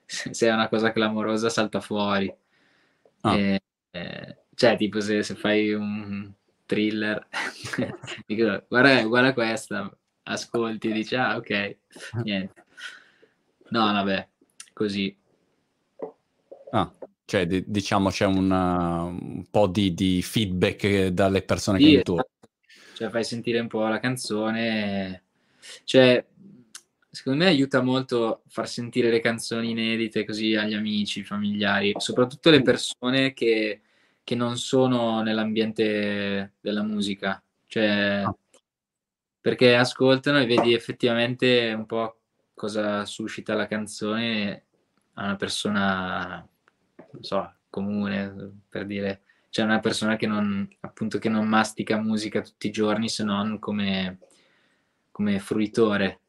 se se è una cosa clamorosa salta fuori. Ah. E, ehm, cioè tipo se se fai un thriller, dico: "Guarda guarda questa", ascolti e dici: "Ah okay", niente. No, vabbè, così. Ah, cioè di diciamo c'è un un po' di di feedback dalle persone che hai Sì, intorno. esatto. Cioè fai sentire un po' la canzone, cioè, secondo me aiuta molto far sentire le canzoni inedite così agli amici, familiari, soprattutto le Mh. persone che che non sono nell'ambiente della musica. Cioè Ah. perché ascoltano e vedi effettivamente un po' cosa suscita la canzone a una persona, non so, comune, per dire. Cioè una persona che non appunto, che non mastica musica tutti i giorni se non come come fruitore.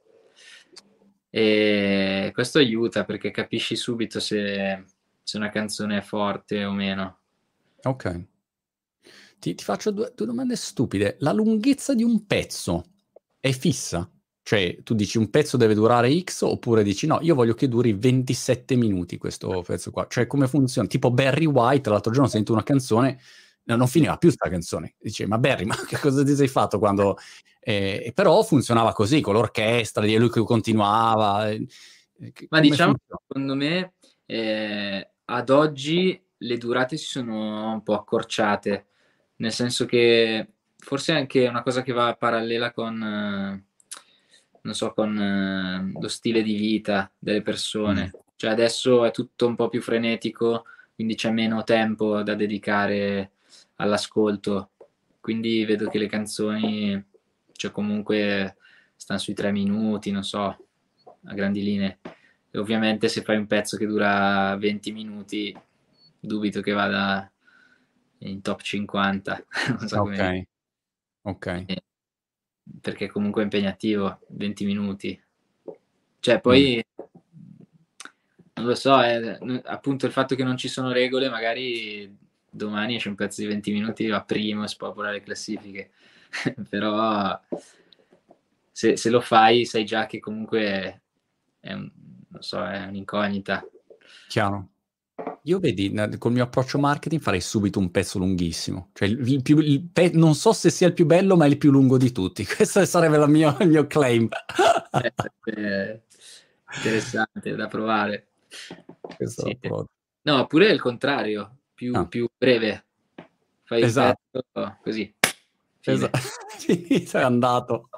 E questo aiuta perché capisci subito se se una canzone è forte o meno. Okay. Ti ti faccio due due domande stupide: la lunghezza di un pezzo è fissa? Cioè tu dici: "Un pezzo deve durare X", oppure dici: "No, io voglio che duri ventisette minuti questo pezzo qua." Cioè come funziona? Tipo Barry White, l'altro giorno sento una canzone, no non finiva più 'sta canzone. Dici: "Ma Barry, ma che cosa ti sei fatto quando" ehm, però funzionava così, con l'orchestra, e lui che continuava, ehm, c Ma come diciamo, funziona? secondo me, ehm, ad oggi le durate si sono un po' accorciate, nel senso che forse è anche una cosa che va parallela con, non so, con lo stile di vita delle Mh. persone. Cioè adesso è tutto un po' più frenetico, quindi c'è meno tempo da dedicare all'ascolto. Quindi vedo che le canzoni, cioè comunque stan sui tre minuti, non so, a grandi linee. E ovviamente se fai un pezzo che dura venti minuti, dubito che vada in top cinquanta, non so come di Okay, okay. ehm, perché comunque è impegnativo, venti minuti. Cioè Mh. poi, non lo so, eh, n appunto il fatto che non ci sono regole, magari domani esce un pezzo di venti minuti, va primo e spopola le classifiche. Però se se lo fai sai già che comunque è un non so, è un'incognita. Chiaro. Io vedi, n col mio approccio marketing farei subito un pezzo lunghissimo. Cioè il il più il pe non so se sia il più bello, ma è il più lungo di tutti. Questo sarebbe la mio il mio claim. Eh, sarebbe interessante da provare. Questo Sì. l'appro No, oppure il contrario, più Ah. più breve. Fai un Esa pezzo così, esa fine. finito, è andato.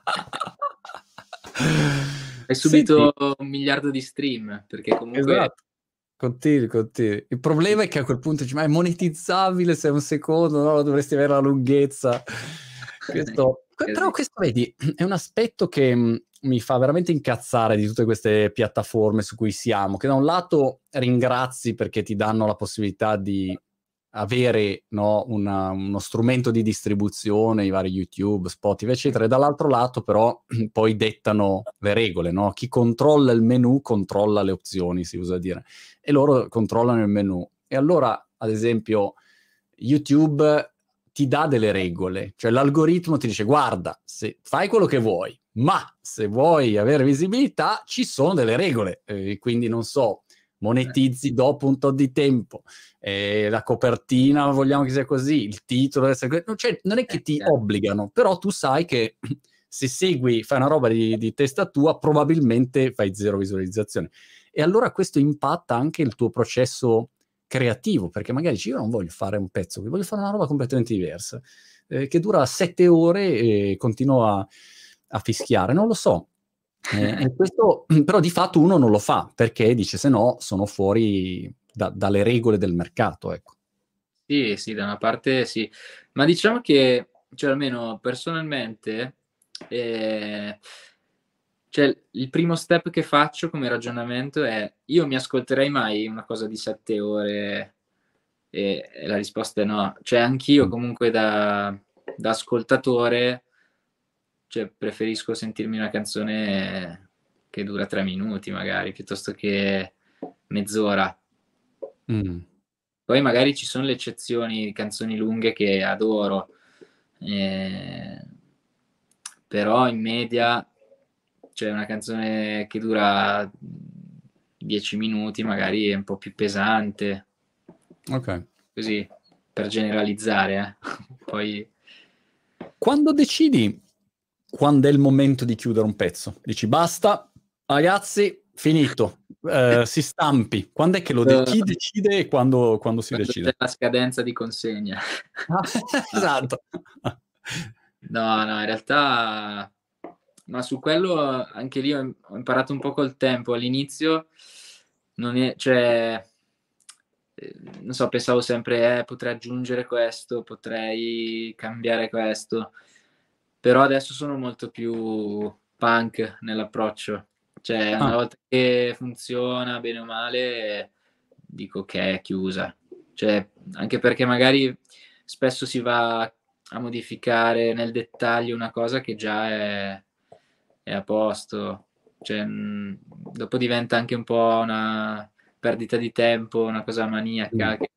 Hai Senti subito un miliardo di stream, perché comunque Esatto. Continui, continui. Il problema è che a quel punto dici: "Ma è monetizzabile se è un secondo, no, dovresti avere la lunghezza." Questo que però così. questo vedi, è un aspetto che, mhmm, mi fa veramente incazzare di tutte queste piattaforme su cui siamo, che da un lato ringrazi perché ti danno la possibilità di avere, no, una uno strumento di distribuzione, i vari YouTube, Spotify, Mh. eccetera, e dall'altro lato però poi dettano le regole, no, chi controlla il menù controlla le opzioni, si usa dire, e loro controllano il menù. E allora, ad esempio, YouTube ti dà delle regole, cioè l'algoritmo ti dice: "Guarda, se fai quello che vuoi, ma se vuoi avere visibilità ci sono delle regole." E quindi non so, Eh. monetizzi dopo un tot di tempo, ehm, la copertina vogliamo che sia così, il titolo deve essere que non cioè non è Eh, che ti chiaro. obbligano, però tu sai che se segui fai una roba di di testa tua, probabilmente fai zero visualizzazioni. E allora questo impatta anche il tuo processo creativo, perché magari dici: "Io non voglio fare un pezzo, voglio fare una roba completamente diversa, ehm, che dura sette ore e continuo a a fischiare." Non lo so. Ehm, e questo però di fatto uno non lo fa, perché dice: "Se no sono fuori da dalle regole del mercato", ecco. Sì, sì, da una parte sì. Ma diciamo che, cioè almeno personalmente, ehm cioè il primo step che faccio come ragionamento è: io mi ascolterei mai una cosa di sette ore? E e la risposta è no. Cioè anch'io Mh. comunque da da ascoltatore, cioè preferisco sentirmi una canzone che dura tre minuti magari, piuttosto che mezz'ora. Mh. Poi magari ci son le eccezioni, canzoni lunghe che adoro, ehm, però in media, cioè una canzone che dura, mhmm dieci minuti magari è un po' più pesante. Ok. Così, per generalizzare, eh. Poi... Quando decidi quando è il momento di chiudere un pezzo? Dici basta, ragazzi, finito, eh, si stampi. Quando è che lo de- chi decide e quando, quando si Quando c'è decide? la scadenza di consegna. Ah, esatto. No, no, in realtà, ma su quello anche lì ho ho imparato un po' col tempo. All'inizio non è, cioè, eh, non so, pensavo sempre, eh, potrei aggiungere questo, potrei cambiare questo, però adesso sono molto più punk nell'approccio. Cioè, Ah, una volta che funziona bene o male, dico che è chiusa. Cioè, anche perché magari spesso si va a modificare nel dettaglio una cosa che già è, è a posto. Cioè, mh, dopo diventa anche un po' una perdita di tempo, una cosa mm. maniaca che,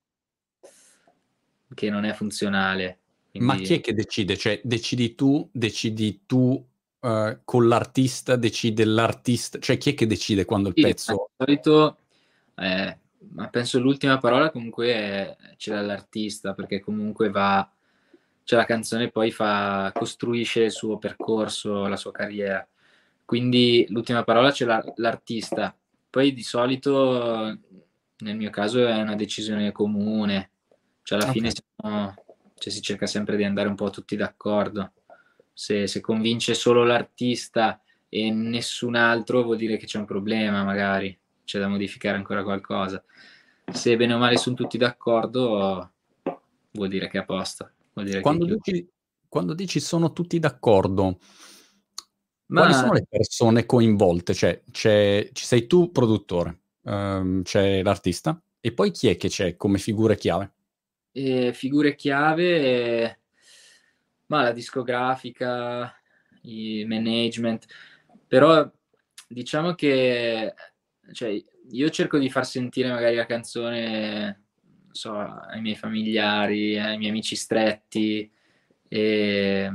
che non è funzionale. Ma chi Quindi è che decide? Cioè, decidi tu, decidi tu eh, con l'artista, decide l'artista, cioè chi è che decide quando il sì, ma di pezzo... solito, eh, ma penso l'ultima parola comunque è, ce l'ha l'artista, perché comunque va, cioè la canzone poi fa, costruisce il suo percorso, la sua carriera. Quindi l'ultima parola ce l'ha l'artista. Poi di solito, nel mio caso, è una decisione comune. Cioè alla Ok. fine siamo, cioè, si cerca sempre di andare un po' tutti d'accordo. Se, se convince solo l'artista e nessun altro, vuol dire che c'è un problema, magari c'è da modificare ancora qualcosa. Se bene o male sono tutti d'accordo, vuol dire che è a posto, vuol dire che è Quando chiuso. dici, quando dici sono tutti d'accordo, quali Ma sono le persone coinvolte? Cioè, c'è, ci sei tu, produttore, ehm, c'è l'artista, e poi chi è che c'è come figure chiave? eh, figure chiave, eh, ma la discografica, i management, però diciamo che cioè, io cerco di far sentire magari la canzone, non so, ai miei familiari, ai miei amici stretti e,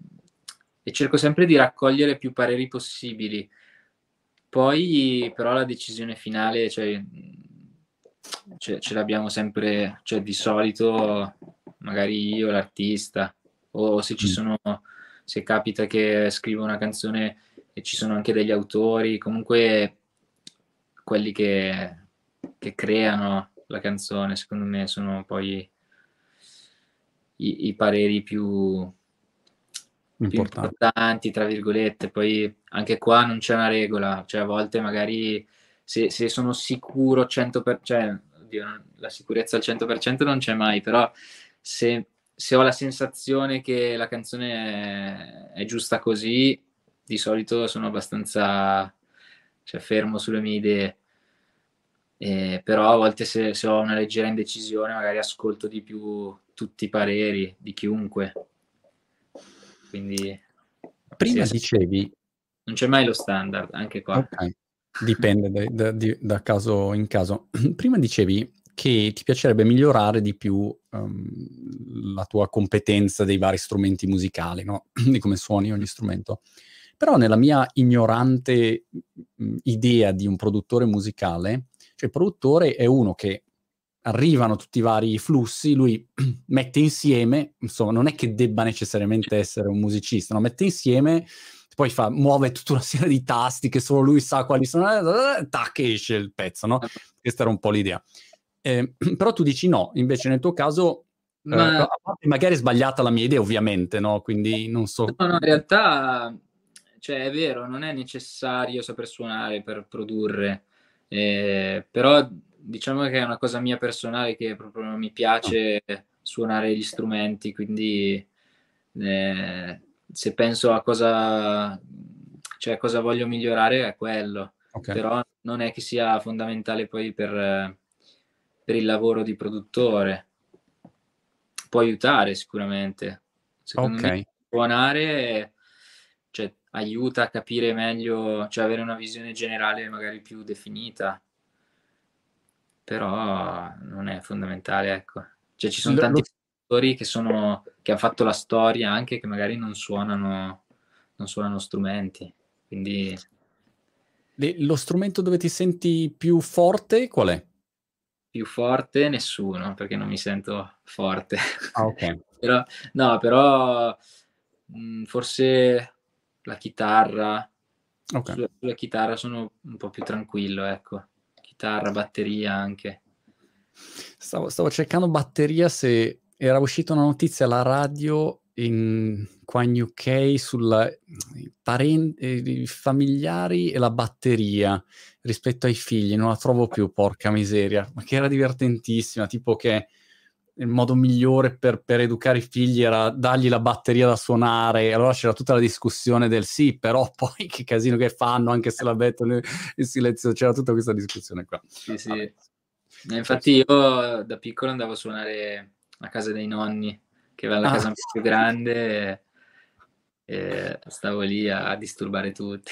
e cerco sempre di raccogliere più pareri possibili. Poi però la decisione finale, cioè, ce, ce l'abbiamo sempre, cioè di solito magari io, l'artista, o se ci Mm. sono, se capita che scrivo una canzone e ci sono anche degli autori, comunque quelli che, che creano la canzone, secondo me sono poi i, i pareri più, più Importante. importanti, tra virgolette. Poi anche qua non c'è una regola, cioè a volte magari se, se sono sicuro cento per cento, cioè, oddio, la sicurezza al cento per cento non c'è mai, però se, se ho la sensazione che la canzone è, è giusta così, di solito sono abbastanza, cioè, fermo sulle mie idee. Eh, però a volte se, se ho una leggera indecisione magari ascolto di più tutti i pareri di chiunque, quindi sì, Prima dicevi, non c'è mai lo standard, anche qua. ok, dipende da, da- di- da caso in caso. Prima dicevi che ti piacerebbe migliorare di più ehm, la tua competenza dei vari strumenti musicali, no? Di come suoni ogni strumento. Però nella mia ignorante mh, idea di un produttore musicale, cioè il produttore è uno che arrivano tutti i vari flussi, lui mette insieme, insomma, non è che debba necessariamente essere un musicista, no? Mette insieme, poi fa, muove tutta una serie di tasti che solo lui sa quali sono, eh, tac, esce il pezzo, no? Questa era un po' l'idea. Eh, però tu dici no, invece nel tuo caso, eh, Ma a parte magari è sbagliata la mia idea, ovviamente, no? Quindi non so. no, no, in realtà, cioè, è vero, non è necessario saper suonare per produrre, eh, però diciamo che è una cosa mia personale che proprio non mi Ah, piace suonare gli strumenti, quindi eh, se penso a cosa, cioè, cosa voglio migliorare è quello, ok, però non è che sia fondamentale poi per, per il lavoro di produttore. Può aiutare sicuramente. Secondo me ok. suonare, cioè, aiuta a capire meglio, cioè avere una visione generale magari più definita, però non è fondamentale, ecco. Cioè ci sono Lo- tanti lo- attori che sono che han fatto la storia anche che magari non suonano non suonano strumenti. Quindi Le lo strumento dove ti senti più forte qual è? Più forte nessuno, perché non mi sento forte. Ah, okay. Però no, però, mhmm, forse la chitarra. Okay. Su sulla chitarra sono un po' più tranquillo, ecco. Chitarra, batteria anche. Stavo stavo cercando batteria se era uscita una notizia alla radio in qua in U K sulla i paren ehm, i familiari e la batteria rispetto ai figli, non la trovo più, porca miseria, ma che era divertentissima, tipo che il modo migliore per per educare i figli era dargli la batteria da suonare, e allora c'era tutta la discussione del: "Sì, però poi che casino che fanno anche se la mettono in silenzio", c'era tutta questa discussione qua. Sì, sì. Vabbè. E Sì, infatti sì. io da piccolo andavo a suonare a casa dei nonni, che avevan la Ah. casa un po' più grande, e stavo lì a disturbare tutti.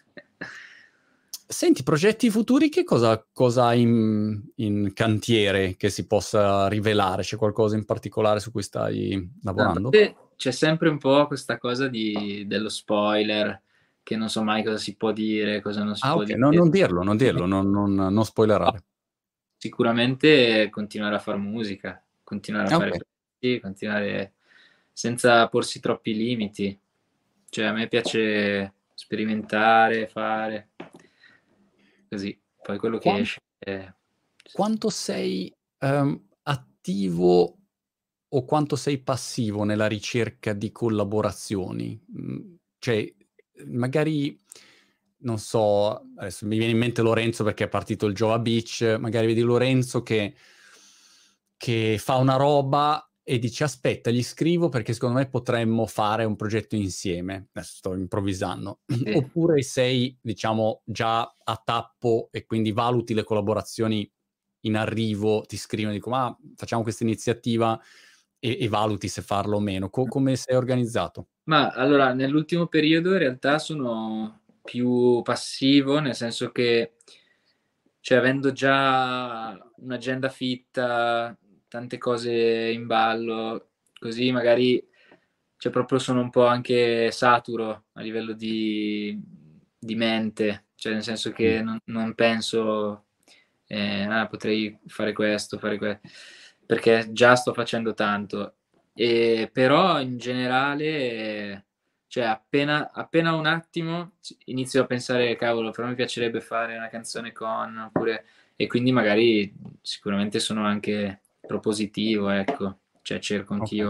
Senti, progetti futuri che cosa cosa hai in in cantiere che si possa rivelare? C'è qualcosa in particolare su cui stai No, a lavorando? parte c'è sempre un po' questa cosa di dello spoiler, che non so mai cosa si può dire, cosa non si Ah, può okay, dire. no, non dirlo, non dirlo, non non non spoilerare. Sicuramente continuare a far musica, continuare a Ah, fare okay. pezzi, continuare senza porsi troppi limiti. Cioè a me piace sperimentare, fare così. Poi quello che Quan esce eh, quanto sei, ehm, attivo o quanto sei passivo nella ricerca di collaborazioni? Mhmm, cioè, magari, non so, adesso mi viene in mente Lorenzo perché è partito il Jova Beach, magari vedi Lorenzo che che fa una roba e dici: "Aspetta, gli scrivo perché secondo me potremmo fare un progetto insieme." Adesso sto improvvisando. sì. Oppure sei, diciamo, già a tappo e quindi valuti le collaborazioni in arrivo, ti scrivono e dico: "Ma facciamo questa iniziativa", e e valuti se farlo o meno. Co come sei organizzato? Ma allora, nell'ultimo periodo in realtà sono più passivo, nel senso che, cioè avendo già un'agenda fitta, tante cose in ballo, così magari, cioè proprio sono un po' anche saturo a livello di di mente, cioè nel senso Mh, che non non penso, ehm: "Ah, potrei fare questo, fare que", perché già sto facendo tanto. Ehm, però in generale, cioè appena appena ho un attimo c inizio a pensare: "Cavolo, però mi piacerebbe fare una canzone con", oppure, e quindi magari sicuramente sono anche propositivo, ecco, cioè cerco okay. anch'io,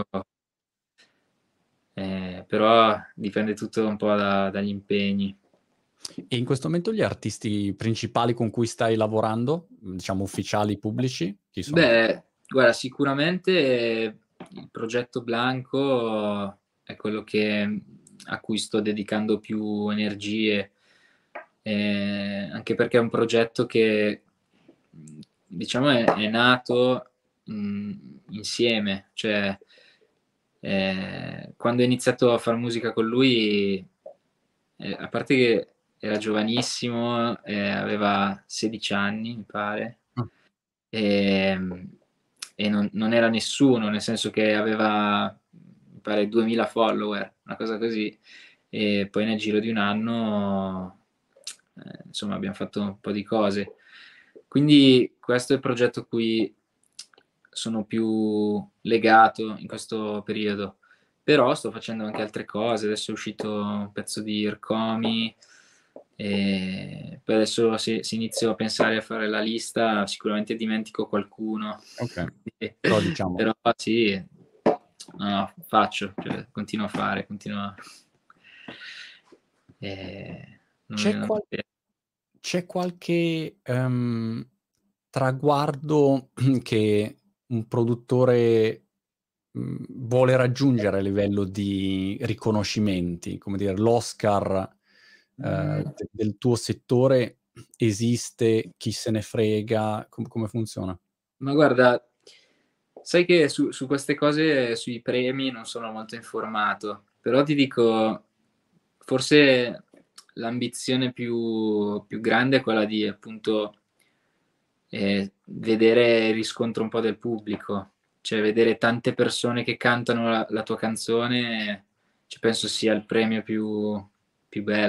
ehm, però dipende tutto un po' da dagli impegni. E in questo momento gli artisti principali con cui stai lavorando, mhmm, diciamo ufficiali, pubblici, chi sono? Beh, guarda, sicuramente il progetto Blanco è quello che a cui sto dedicando più energie, ehm, anche perché è un progetto che, mhmm, diciamo è è nato, mhmm, insieme, cioè, ehm, quando ho iniziato a far musica con lui, ehm, a parte che era giovanissimo, ehm, aveva sedici anni mi pare. Ah, Ehm, e non non era nessuno, nel senso che aveva, mi pare duemila follower, una cosa così, e poi nel giro di un anno, ehm, insomma abbiam fatto un po' di cose. Quindi questo è il progetto a cui sono più legato in questo periodo. Però sto facendo anche altre cose, adesso è uscito un pezzo di Irkomi, e poi adesso se se inizio a pensare a fare la lista sicuramente dimentico qualcuno. okay. Però diciamo Però sì, no, no, faccio, cioè continuo a fare, continuo a ehm, non mi c'è non qual mi c'è qualche, ehm, traguardo che un produttore, mhmm, vuole raggiungere a livello di riconoscimenti? Come dire, l'Oscar, ehm, mhmm, de del tuo settore esiste? Chi se ne frega? Com come funziona? ma guarda, sai che su su queste cose, sui premi non sono molto informato, però ti dico, forse l'ambizione più più grande è quella di appunto, ehm, vedere il riscontro un po' del pubblico, cioè vedere tante persone che cantano la la tua canzone, cioè penso sia il premio più più bello.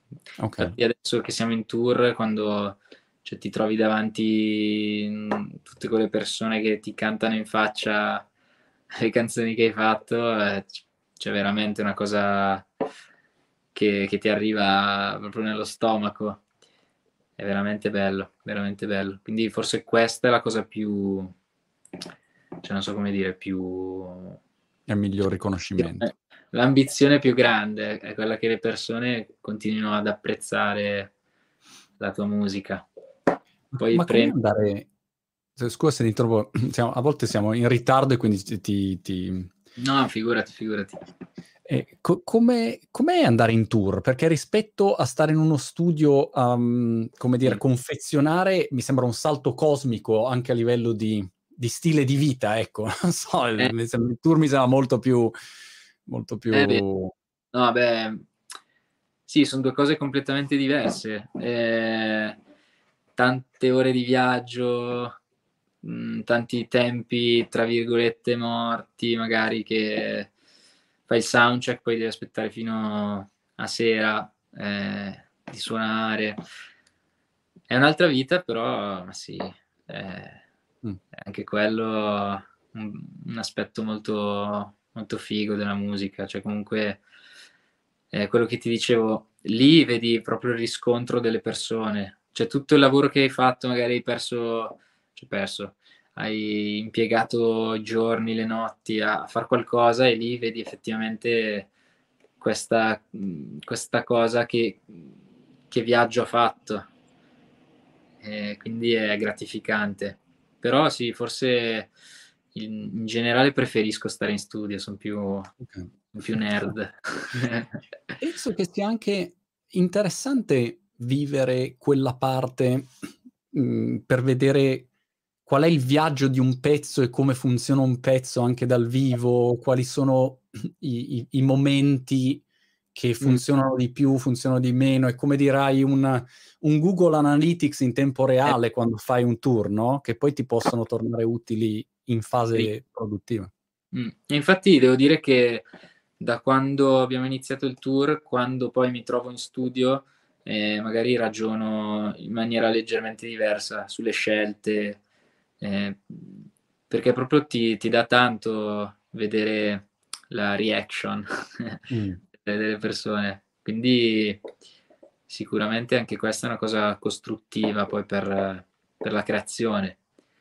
Okay. Infatti adesso che siamo in tour, quando, cioè, ti trovi davanti, mhmm, tutte quelle persone che ti cantano in faccia le canzoni che hai fatto, ehm, c c'è veramente una cosa che che ti arriva proprio nello stomaco. È veramente bello, veramente bello. Quindi forse questa è la cosa più, cioè non so come dire, più È il miglior riconoscimento. l'ambizione più grande è quella che le persone continuino ad apprezzare la tua musica. Ma Poi ma com'è pre andare s scusa se ti interrompo, siamo a volte siamo in ritardo e quindi ti ti ti No, figurati, figurati. E co come com'è andare in tour? Perché rispetto a stare in uno studio a, mhmm, come dire, Sì. confezionare, mi sembra un salto cosmico anche a livello di di stile di vita, ecco. Non so, il Eh. mi sem il tour mi sembra molto più molto Eh beh, più no beh, sì, son due cose completamente diverse. Ehm, tante ore di viaggio, mhmm, tanti tempi tra virgolette "morti", magari che fai il soundcheck, poi devi aspettare fino a sera, ehm, di suonare. È un'altra vita, però ma sì, ehm, Mh. è anche quello un un aspetto molto molto figo della musica, cioè comunque è quello che ti dicevo, lì vedi proprio il riscontro delle persone. Cioè tutto il lavoro che hai fatto, magari hai perso cioè perso, hai impiegato i giorni, le notti a far qualcosa e lì vedi effettivamente questa mhmm, questa cosa che mhmm, che viaggio ha fatto. E quindi è gratificante. Però sì, forse in in generale preferisco stare in studio, son più Okay. più nerd. Penso che sia anche interessante vivere quella parte, mhmm, per vedere qual è il viaggio di un pezzo e come funziona un pezzo anche dal vivo, quali sono i i i momenti che Mh. funzionano di più, funzionano di meno. È come dire hai un un Google Analytics in tempo Eh. reale quando fai un tour, no, che poi ti possono tornare utili in Sì. fase produttiva. Mh. E infatti devo dire che da quando abbiamo iniziato il tour, quando poi mi trovo in studio, ehm, magari ragiono in maniera leggermente diversa sulle scelte, ehm, perché proprio ti ti dà tanto vedere la reaction Mh. delle persone. Quindi sicuramente anche questa è una cosa costruttiva poi per per la creazione.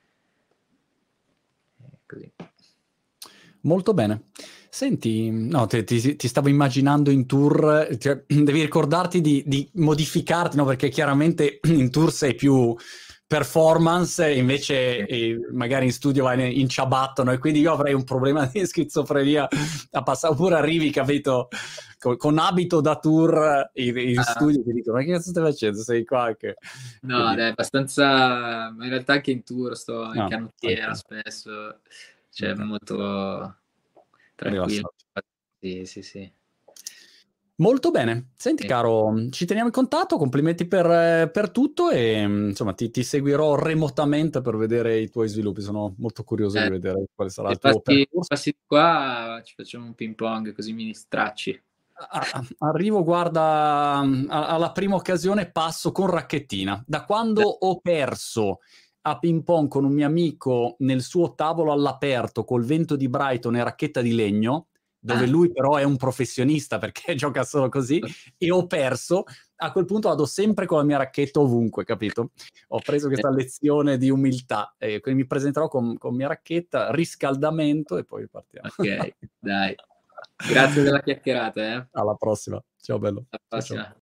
E così. Molto bene. Senti, no, te ti ti stavo immaginando in tour, cioè devi ricordarti di di modificarti, no, perché chiaramente in tour sei più performance e invece, Sì. ehm, magari in studio vai ne in ciabatte, no, e quindi io avrei un problema di schizofrenia a passa oppure arrivi, capito, co con abito da tour in in Ah. studio e ti dicono: "Ma che cazzo stai facendo? Sei qua che" No, quindi dai, abbastanza ma in realtà anche in tour sto in no, canottiera tranquillo. spesso, cioè Okay. molto tranquillo. Rilassato. Sì, sì, sì. Molto bene. Senti Sì. caro, ci teniamo in contatto, complimenti per per tutto e, insomma, ti ti seguirò remotamente per vedere i tuoi sviluppi. Sono molto curioso di Eh, vedere quale sarà se il tuo passi percorso. passi di qua ci facciamo un ping pong così mi stracci. A a arrivo guarda, mhmm, a alla prima occasione passo con racchettina. Da quando Da ho perso a ping pong con un mio amico nel suo tavolo all'aperto col vento di Brighton e racchetta di legno, dove ah. lui però è un professionista perché gioca solo così, e ho perso, a quel punto vado sempre con la mia racchetta ovunque, capito? Ho preso Eh, questa lezione di umiltà e quindi mi presenterò con con mia racchetta, riscaldamento e poi partiamo. okay, dai. Grazie della chiacchierata, eh. Alla prossima. Ciao bello. Alla Cia ciao. prossima.